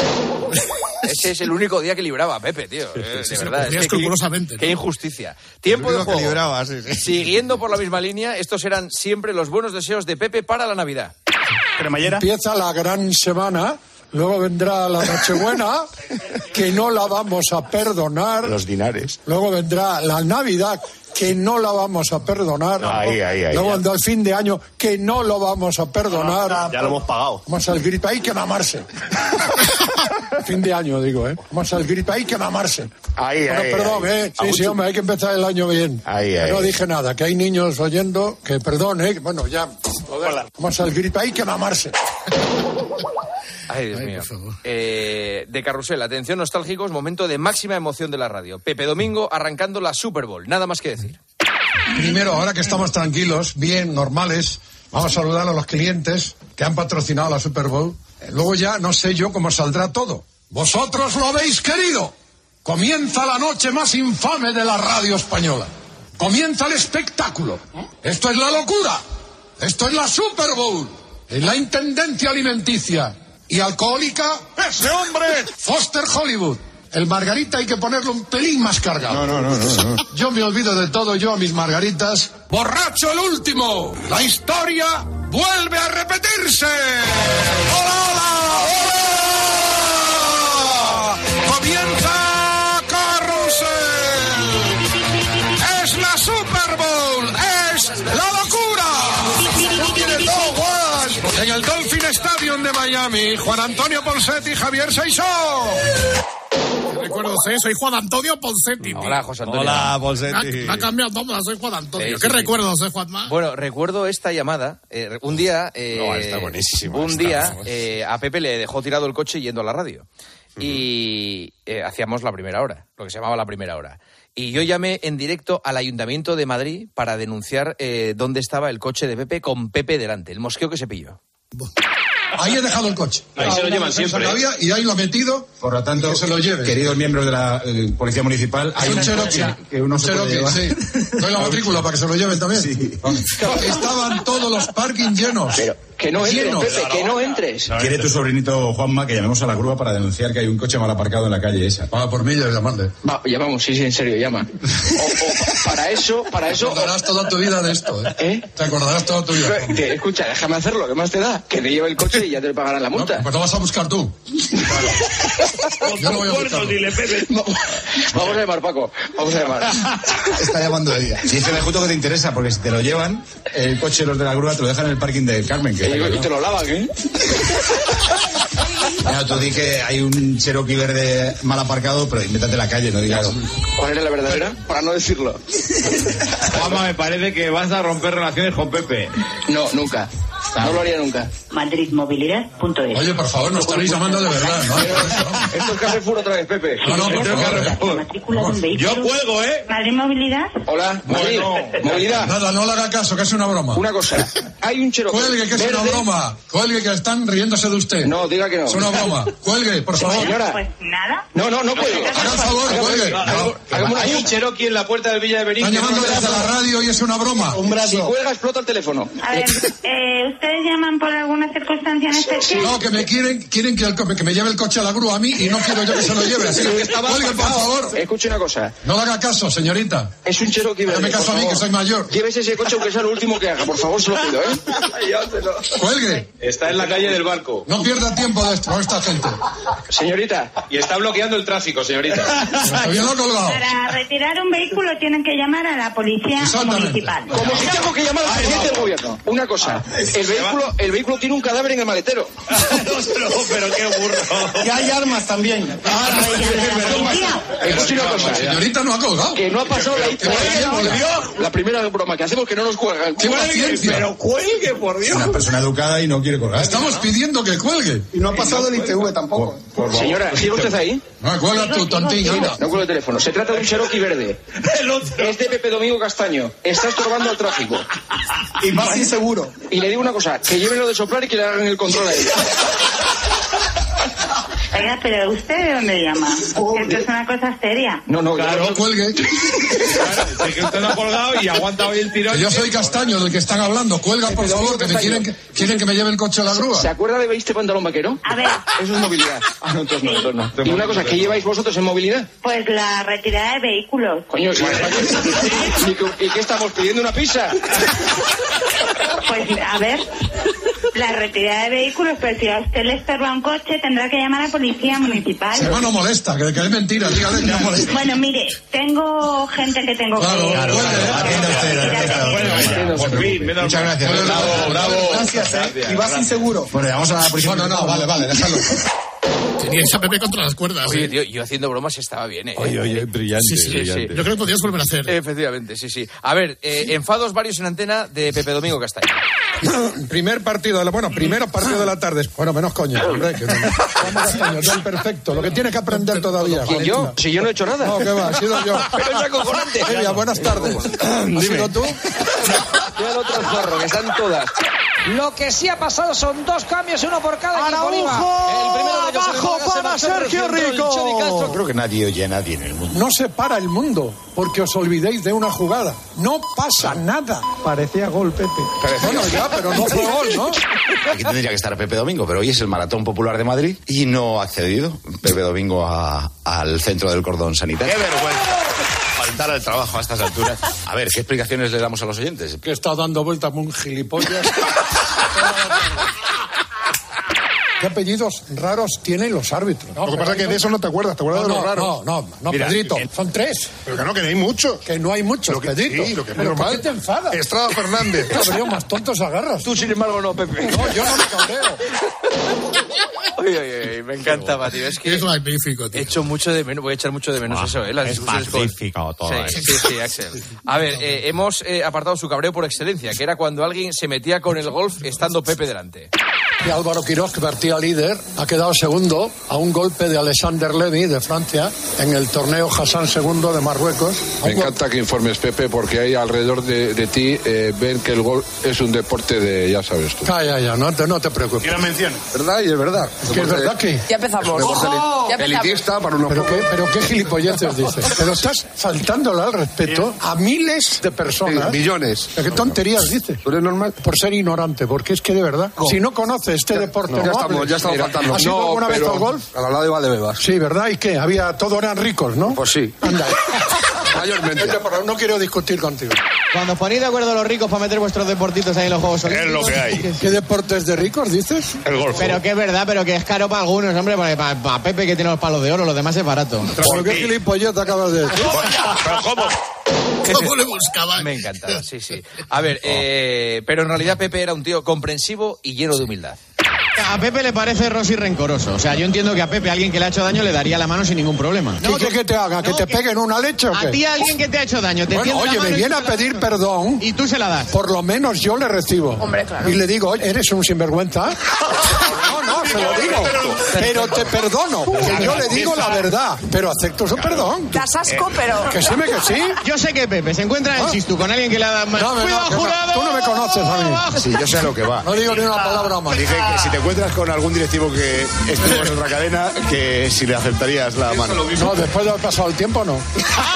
Ese es el único día que libraba a Pepe, tío. De verdad. Es escrupulosamente. Qué injusticia. Tiempo de juego. Que libraba, sí. Siguiendo por la misma línea, estos eran siempre los buenos deseos de Pepe para la Navidad. ¿Cremallera? Empieza la gran semana. Luego vendrá la Nochebuena, que no la vamos a perdonar. Los dinares. Luego vendrá la Navidad, que no la vamos a perdonar. Ahí. Luego vendrá el fin de año, que no lo vamos a perdonar. Ya lo hemos pagado. Vamos al grito, hay que mamarse. Fin de año, digo, ¿eh? Vamos al grito, hay que mamarse. Perdón, ¿eh? Sí, hombre, hay que empezar el año bien. No dije nada, que hay niños oyendo, que perdón, ¿eh? Bueno, ya. Vamos al grito, hay que mamarse. Ay, Dios mío. De Carrusel, atención nostálgicos, momento de máxima emoción de la radio. Pepe Domingo arrancando la Super Bowl, nada más que decir. Primero, ahora que estamos tranquilos, bien, normales, vamos a saludar a los clientes que han patrocinado la Super Bowl. Luego ya no sé yo cómo saldrá todo. Vosotros lo habéis querido. Comienza la noche más infame de la radio española. Comienza el espectáculo. Esto es la locura. Esto es la Super Bowl. Es la intendencia alimenticia y alcohólica. ¡Ese hombre! Foster Hollywood. El margarita hay que ponerlo un pelín más cargado. No. Yo me olvido de todo, yo a mis margaritas. ¡Borracho el último! ¡La historia vuelve a repetirse! ¡Hola, hola, hola! ¡Comienza Carrusel! ¡Es la Super Bowl! ¡Es la locura! En el Dolphin Stadium de Miami, Juan Antonio Ponsetti, Javier Seisó. Recuerdo, soy Juan Antonio Ponsetti. Hola, José Antonio. Hola, Ponsetti. Ha cambiado el nombre, soy Juan Antonio. ¿Qué recuerdos, Juanma? Bueno, recuerdo esta llamada. Un día... está buenísimo. Un día a Pepe le dejó tirado el coche yendo a la radio. Y hacíamos la primera hora, lo que se llamaba la primera hora. Y yo llamé en directo al Ayuntamiento de Madrid para denunciar dónde estaba el coche de Pepe con Pepe delante, el mosqueo que se pilló. Ahí he dejado el coche. Ahí se lo llevan siempre. Y ahí lo he metido. Por lo tanto, que se lo lleve. Queridos miembros de la Policía Municipal, hay un una Cherokee. Que uno se puede llevar. Sí. Doy la matrícula para que se lo lleven también. Sí. Estaban todos los parking llenos. Que no entres, Lleno. Pepe, que no entres. Quiere tu sobrinito Juanma que llamemos a la grúa para denunciar que hay un coche mal aparcado en la calle esa. Va, por mí ya llamarle. Va, llamamos, sí, en serio, llama. Para eso... Te acordarás toda tu vida de esto, ¿eh? Te acordarás toda tu vida. Escucha, déjame hacerlo, ¿qué más te da? Que te lleve el coche y ya te pagarán la multa. No, pues lo vas a buscar tú. Yo lo voy a buscar. Vamos a llamar, Paco. Vamos a llamar. Está llamando ella. Si es que me justo que te interesa, porque si te lo llevan, el coche los de la grúa te lo dejan en el parking del Carmen. Que ¿Y te lo lavan, qué? Mira, tú di que hay un Cherokee verde mal aparcado, pero invéntate la calle, no digas. ¿Cuál era la verdadera? Para no decirlo. Juanma, me parece que vas a romper relaciones con Pepe. No, nunca. No lo haría nunca. Madridmovilidad.es. Oye, por favor, no estaréis llamando de verdad, ¿no? Esto es Carrefour otra vez, Pepe. No, por favor. Matrícula de un vehículo. Yo cuelgo, ¿eh? Madrid Movilidad. Hola, Madrid. Movilidad. Nada, no le haga caso, que es una broma. Una cosa. Hay un Cherokee Cuelgue, que es una broma. Cuelgue, que están riéndose de usted. No, diga que no. Es una broma. Cuelgue, por favor. Señora. Pues nada. No cuelgue. Haga el favor, cuelgue. Hay un Cherokee en la puerta del Villa de Benítez. Están llamando desde la radio y es una broma. Si cuelga, explota el teléfono. A ver, ¿ustedes llaman por alguna circunstancia en especial? No, que me quieren que me lleve el coche a la grúa a mí y no quiero yo que se lo lleve. Así que cuelgue, por favor. Escuche una cosa. No le haga caso, señorita. Es un Cherokee verde. Dame caso a mí, que soy mayor. Llévese ese coche aunque sea lo último que haga. Por favor, se lo pido, ¿eh? Cuelgue. Está en la calle del Barco. No pierda tiempo de esto, con esta gente. Señorita. Y está bloqueando el tráfico, señorita. Todavía lo he colgado. Para retirar un vehículo tienen que llamar a la policía municipal. Como si tengo que llamar al presidente del gobierno. Una cosa. El vehículo tiene un cadáver en el maletero. pero qué burro. Y hay armas también. Escuche una cosa. Señorita no ha colgado. Que no ha pasado la primera broma que hacemos que no nos cuelgan. ¡Qué paciencia! Pero cuelgue, por Dios. Una persona educada y no quiere colgar. Estamos pidiendo que cuelgue. Y no ha pasado el ITV tampoco. Señora, ¿sigue usted ahí? No, cuelga tú, tontín. No cuelga el teléfono. Se trata de un Cherokee verde. Es de Pepe Domingo Castaño. Está estorbando al tráfico. Y más inseguro. Y le digo una cosa. Que lleven lo de soplar y que le hagan el control a él. Oiga, pero ¿usted de dónde llama? Esto es una cosa seria. No, claro, no cuelgue. Claro, es que usted no ha colgado y aguanta hoy el tirón. Que yo soy Castaño, del que están hablando. Cuelga, por favor, que me quieren que me lleve el coche a la grúa. ¿Se acuerda de ¿Veiste pantalón vaquero? A ver. Eso es movilidad. No, entonces no. Y una cosa, ¿qué lleváis vosotros en movilidad? Pues la retirada de vehículos. Coño, ¿y qué estamos pidiendo, una pizza? Pues, a ver, la retirada de vehículos, pero si a usted le estorba un coche, tendrá que llamar a la policía municipal. Se no molesta, que es mentira, dígale que no molesta. Bueno, mire, tengo gente que tengo que... Claro, Por fin, muchas gracias. Bravo. Gracias, Y vas inseguro. Bueno, vamos a la policía. No, vale, déjalo. Teníais a Pepe contra las cuerdas. Oye, tío, yo haciendo bromas estaba bien, ¿eh? Oye, brillante, Sí. brillante. Yo creo que podías volver a hacer. Efectivamente, sí. A ver, enfados varios en antena de Pepe Domingo Castaño. Primer partido de la tarde. Bueno, menos coña, hombre. Que no. Vamos, Castaño, del perfecto. Lo que tiene que aprender todavía. ¿Quién, yo? Si yo no he hecho nada. No, que va, he sido yo. Pero es acojonante. Ella, buenas tardes. ¿Has sido tú? Yo el otro zorro, que están todas. Lo que sí ha pasado son 2 cambios, uno por cada equipo. Abajo para Sergio Rico. Creo que nadie oye a nadie en el mundo. No se para el mundo porque os olvidéis de una jugada. No pasa nada. Parecía gol, Pepe. Bueno, ya, pero no fue gol, ¿no? Aquí tendría que estar Pepe Domingo, pero hoy es el Maratón Popular de Madrid y no ha accedido Pepe Domingo al centro del cordón sanitario. ¡Qué vergüenza! Faltar al trabajo a estas alturas. A ver, ¿qué explicaciones le damos a los oyentes? Que está dando vueltas como un gilipollas. ¿Qué apellidos raros tienen los árbitros? Lo que pasa es que de eso no te acuerdas, ¿te acuerdas de los raros? No, Mira, Pedrito, son 3. Pero que no hay muchos. Que no hay muchos, Pedrito. Sí, lo que es ¿Pero normal. ¿por qué te enfadas? Estrada Fernández. Cabreo, más tontos agarras. Tú, sin embargo, no, Pepe. No, yo no me cabreo. Oye, me encantaba, tío. Es que es magnífico, tío. Voy a echar mucho de menos eso, las es discusiones magnífico todo. Sí, Axel. A ver, hemos apartado su cabreo por excelencia, que era cuando alguien se metía con el golf estando Pepe delante. Y Álvaro Quirós, que partía líder, ha quedado segundo a un golpe de Alexander Levy de Francia en el torneo Hassan II de Marruecos. Me encanta que informes, Pepe, porque ahí alrededor de ti ven que el golf es un deporte de, ya sabes tú. Ya, no te preocupes. Y la menciones. ¿Verdad? Y es verdad. ¿Que es verdad que? Ya empezamos. Ya empezamos. Elitista para unos ¿Pero qué gilipolleces dices? Pero estás faltándole al respeto a miles de personas. Sí, millones. ¿Qué tonterías dices? ¿Tú eres normal? Por ser ignorante, porque es que de verdad, si no conoces este deporte... Ya estamos faltando. ¿Has ido alguna vez al golf? Al lado de Valdebebas. Sí, ¿verdad? ¿Y qué? Todos eran ricos, ¿no? Pues sí. Anda. Mayormente. No quiero discutir contigo. Cuando os ponéis de acuerdo los ricos para meter vuestros deportitos ahí en los Juegos Olímpicos... Es lo que hay. ¿Qué deportes de ricos dices? El golf. Pero que es verdad, pero que es caro para algunos, hombre, para Pepe que tiene los palos de oro, los demás es barato. ¿Pero qué gilipollez acabas de decir? ¿Pero cómo? ¿Cómo le buscaban? Me encantaba, sí. A ver, pero en realidad Pepe era un tío comprensivo y lleno de humildad. A Pepe le parece Rosy rencoroso. O sea, yo entiendo que a Pepe, alguien que le ha hecho daño, le daría la mano sin ningún problema. ¿Qué que te haga? ¿Que te peguen una leche o qué? A ti alguien que te ha hecho daño, te tiende la oye, mano me viene a pedir perdón. Y tú se la das. Por lo menos yo le recibo. Hombre, claro. Y le digo, oye, ¿eres un sinvergüenza? No, se lo digo. Pero te perdono. Que yo le digo la verdad. Pero acepto su perdón. Das asco, pero... Que sí. Yo sé que Pepe se encuentra en Chistu con alguien que le ha dado mano. ¡Cuidado, jurado! Tú no me conoces a mí. Sí, yo sé a lo que va. No digo ni una palabra más. Dije que si te encuentras con algún directivo que estuvo en otra cadena, que si le aceptarías la mano. No, después de haber pasado el tiempo, no.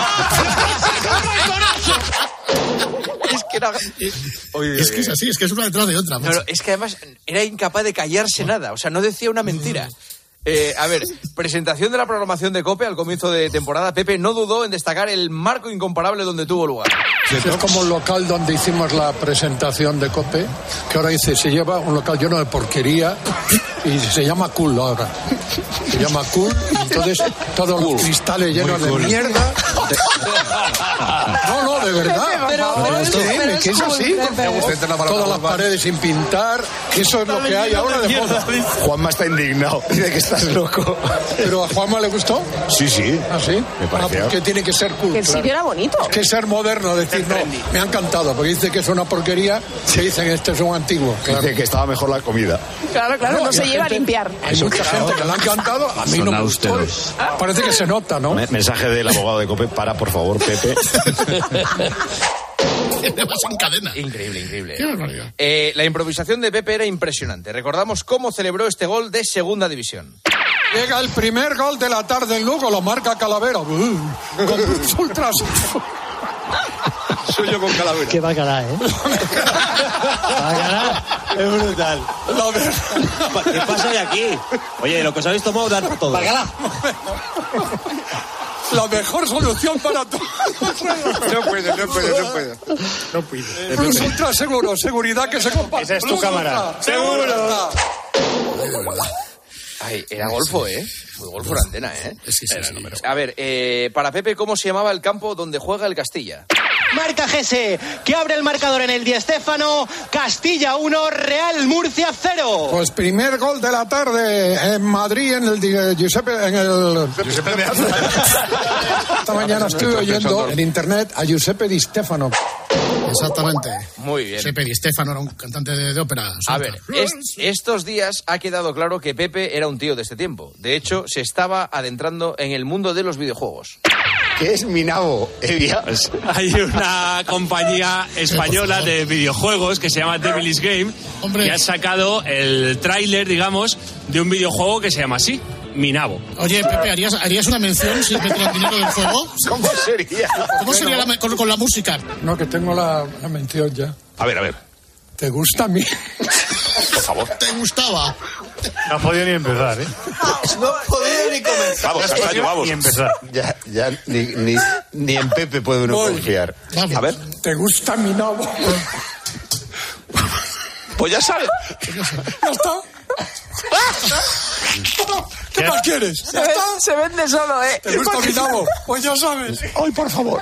Es que es así, es que es una detrás de otra. No, es que además era incapaz de callarse nada, o sea, no decía una mentira. A ver, presentación de la programación de COPE al comienzo de temporada. Pepe no dudó en destacar el marco incomparable donde tuvo lugar. Es como el local donde hicimos la presentación de COPE, que ahora dice, se lleva un local lleno de porquería y se llama Cool ahora. Se llama Cool, y entonces todos los cristales llenos de mierda. No, de verdad. Pero que es así. Todas las paredes sin pintar, que eso es lo que hay ahora de moda. Juanma está indignado, dice que estás loco. ¿Pero a Juanma le gustó? Sí. ¿Ah, sí? Me pareció. Porque tiene que ser cool. Que el sitio era bonito. Es que ser moderno, decir, no, me ha encantado, porque dice que es una porquería, se dicen, este es un antiguo. Claro. Dice que estaba mejor la comida. Claro, no se lleva a limpiar. Hay mucha gente que le ha encantado, a mí no me gustó. Parece que se nota, ¿no? Mensaje del abogado de COPE, para, por favor, Pepe. En cadena. Increíble. Qué barbaridad. La improvisación de Pepe era impresionante. Recordamos cómo celebró este gol de Segunda División. Llega el primer gol de la tarde en Lugo, lo marca Calavera. Con sus ultras. Soy yo con Calavera. Qué bacalá, es brutal. ¿Qué pasa de aquí? Oye, lo que os habéis tomado, dar para todo. Bacalá. La mejor solución para todo. No puede. Plus Ultra seguro, seguridad que se comparte. Esa es tu cámara. Seguro. Ay, era golfo, Fue golfo la antena, Sí. A ver, para Pepe, ¿cómo se llamaba el campo donde juega el Castilla? Marca Gese, que abre el marcador en el Di Stéfano. Castilla 1, Real Murcia 0. Pues primer gol de la tarde en Madrid, en el Giuseppe Meazza. Esta mañana estuve oyendo en internet a Giuseppe Di Stéfano. Exactamente. Muy bien. Giuseppe Di Stéfano era un cantante de ópera. A ver, estos días ha quedado claro que Pepe era un tío de este tiempo. De hecho, se estaba adentrando en el mundo de los videojuegos. ¿Qué es Minavo, Elias? Hay una compañía española de videojuegos que se llama Devil's Game, que ha sacado el tráiler, digamos, de un videojuego que se llama así, Minavo. Oye, Pepe, ¿harías una mención si te el dinero del juego? ¿Cómo sería? ¿Cómo sería con la música? No, que tengo la mención ya. A ver. ¿Te gusta a mí? Por favor. ¿Te gustaba? No has podido ni empezar, No he podido ni comenzar. Vamos. Ni empezar. Ya ni en Pepe puede uno confiar. Vamos. A ver. ¿Te gusta mi nabo? Pues ya sabes. Ya está. ¿Qué más quieres? ¿Ya está? Se vende solo, ¿Te gusta mi nabo? Pues ya sabes. Ay, por favor.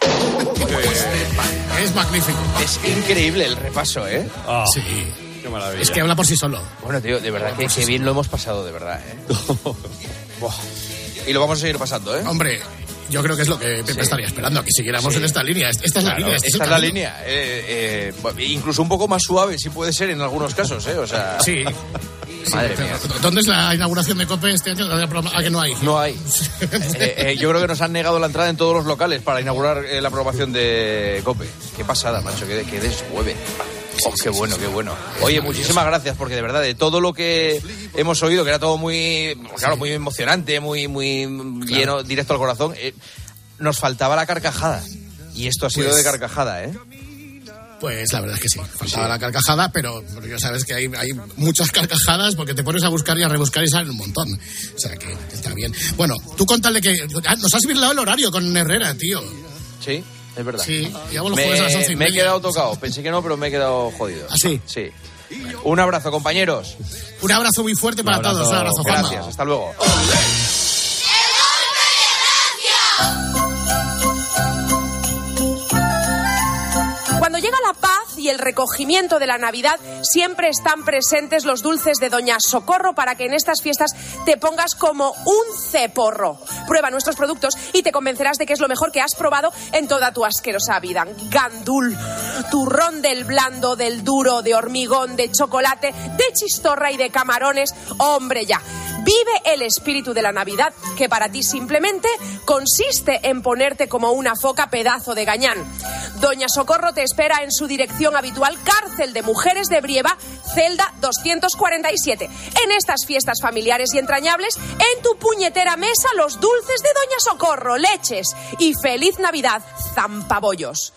Es magnífico. Es increíble el repaso, Sí. Qué maravilla. Es que habla por sí solo. Bueno, tío, de verdad que qué bien lo hemos pasado, de verdad, Buah. Y lo vamos a seguir pasando, Hombre, Yo creo que es lo que Pepe estaría esperando, que siguiéramos en esta línea. Esta es la línea. Esta es la línea. Incluso un poco más suave, si puede ser en algunos casos, ¿eh? O sea... Sí. Madre mía. ¿Dónde es la inauguración de COPE este año? ¿A que no hay? No hay. Yo creo que nos han negado la entrada en todos los locales para inaugurar la programación de COPE. Qué pasada, macho, qué deshueve. Oh, qué bueno, qué bueno. Oye, muchísimas gracias, porque de verdad, de todo lo que hemos oído, que era todo muy, claro, muy emocionante, muy lleno, directo al corazón, nos faltaba la carcajada. Y esto ha sido de carcajada, ¿eh? Pues la verdad es que sí, faltaba la carcajada, pero ya sabes que hay muchas carcajadas porque te pones a buscar y a rebuscar y salen un montón. O sea que está bien. Bueno, tú contale que nos has virlado el horario con Herrera, tío. Sí. Es verdad. Sí, llevamos los jueves a las 11:30. Me he quedado tocado. Pensé que no, pero me he quedado jodido. ¿Ah, sí? Sí. Un abrazo, compañeros. Un abrazo muy fuerte para todos. Un abrazo, Juanma. Gracias, hasta luego. Cuando llega la paz y el recogimiento de la Navidad, siempre están presentes los dulces de Doña Socorro para que en estas fiestas te pongas como un ceporro. Prueba nuestros productos y te convencerás de que es lo mejor que has probado en toda tu asquerosa vida. Gandul, turrón del blando, del duro, de hormigón, de chocolate, de chistorra y de camarones. ¡Hombre, ya! Vive el espíritu de la Navidad, que para ti simplemente consiste en ponerte como una foca pedazo de gañán. Doña Socorro te espera en su dirección habitual, Cárcel de Mujeres de Brieva, celda 247. En estas fiestas familiares y entrañables, en tu puñetera mesa los dulces de Doña Socorro, leches y feliz Navidad, zampabollos.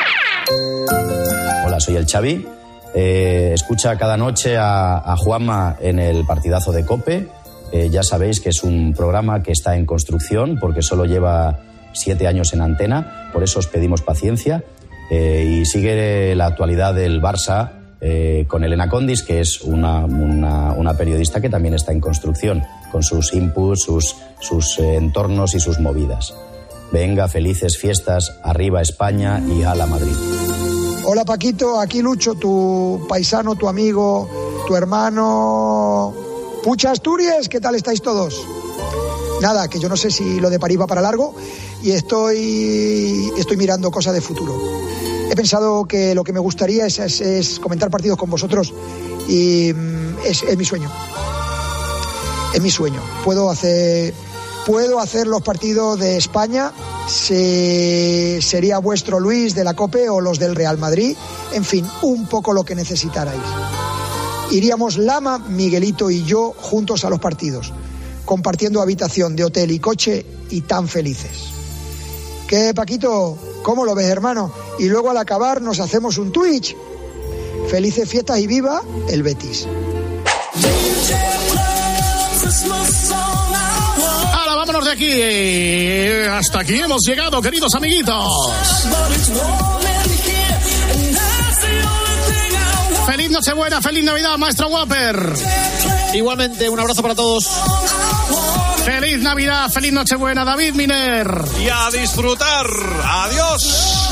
Hola, soy el Xavi. Escucha cada noche a Juanma en el partidazo de COPE. Ya sabéis que es un programa que está en construcción porque solo lleva 7 años en antena, por eso os pedimos paciencia. Y sigue la actualidad del Barça con Elena Condis, que es una periodista que también está en construcción, con sus inputs, sus entornos y sus movidas. Venga, felices fiestas, arriba España y ala Madrid. Hola Paquito, aquí Lucho, tu paisano, tu amigo, tu hermano... Pucha Asturias, ¿qué tal estáis todos? Nada, que yo no sé si lo de París va para largo y estoy mirando cosas de futuro. He pensado que lo que me gustaría es comentar partidos con vosotros y es mi sueño. Es mi sueño. Puedo hacer los partidos de España, sería vuestro Luis de la COPE o los del Real Madrid, en fin, un poco lo que necesitarais. Iríamos Lama, Miguelito y yo juntos a los partidos, compartiendo habitación de hotel y coche y tan felices. ¿Qué, Paquito? ¿Cómo lo ves, hermano? Y luego al acabar nos hacemos un Twitch. Felices fiestas y viva el Betis. Ahora vámonos de aquí. Hasta aquí hemos llegado, queridos amiguitos. Feliz Nochebuena, feliz Navidad, maestro Whopper. Igualmente, un abrazo para todos. Feliz Navidad, feliz Nochebuena, David Miner. Y a disfrutar. Adiós.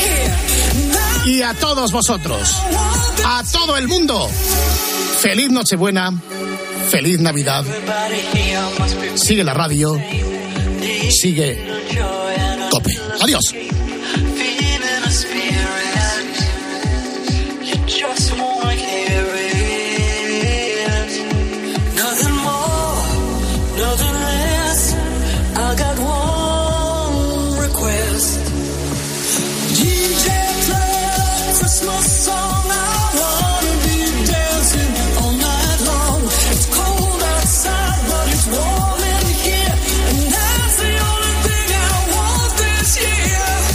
Y a todos vosotros, a todo el mundo, feliz Nochebuena, feliz Navidad. Sigue la radio, sigue COPE. Adiós. Warm in here, and that's the only thing I want this year.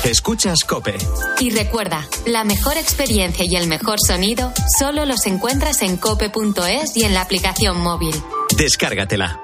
Escuchas COPE. Y recuerda, la mejor experiencia y el mejor sonido solo los encuentras en cope.es y en la aplicación móvil. Descárgatela.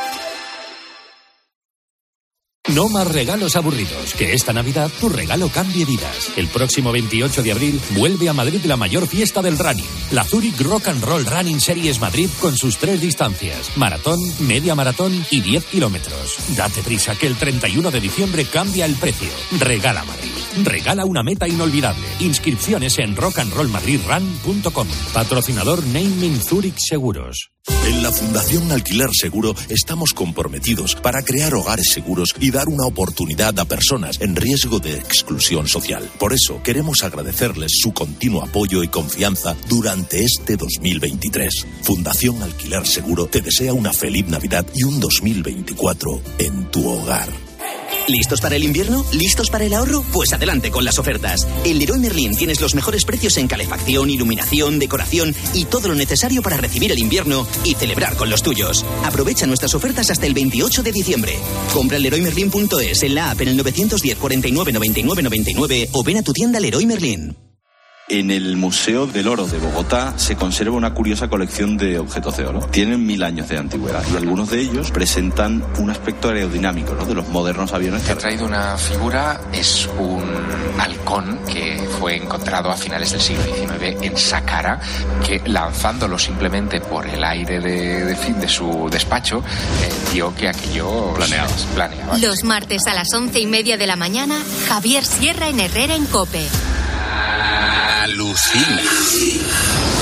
No más regalos aburridos. Que esta Navidad tu regalo cambie vidas. El próximo 28 de abril vuelve a Madrid la mayor fiesta del running. La Zurich Rock and Roll Running Series Madrid con sus 3 distancias. Maratón, media maratón y 10 kilómetros. Date prisa que el 31 de diciembre cambia el precio. Regala Madrid. Regala una meta inolvidable. Inscripciones en rockandrollmadridrun.com. Patrocinador Naming Zurich Seguros. En la Fundación Alquiler Seguro estamos comprometidos para crear hogares seguros y dar una oportunidad a personas en riesgo de exclusión social. Por eso queremos agradecerles su continuo apoyo y confianza durante este 2023. Fundación Alquiler Seguro te desea una feliz Navidad y un 2024 en tu hogar. ¿Listos para el invierno? ¿Listos para el ahorro? Pues adelante con las ofertas. En Leroy Merlin tienes los mejores precios en calefacción, iluminación, decoración y todo lo necesario para recibir el invierno y celebrar con los tuyos. Aprovecha nuestras ofertas hasta el 28 de diciembre. Compra en leroymerlin.es, en la app, en el 910 49 99 99 o ven a tu tienda Leroy Merlin. En el Museo del Oro de Bogotá se conserva una curiosa colección de objetos de oro. Tienen 1000 años de antigüedad y algunos de ellos presentan un aspecto aerodinámico, ¿no?, de los modernos aviones. He traído una figura, es un halcón que fue encontrado a finales del siglo XIX en Saqqara, que lanzándolo simplemente por el aire de su despacho, vio que aquello planeaba. Los martes a las 11:30 de la mañana, Javier Sierra en Herrera en COPE. Alucina.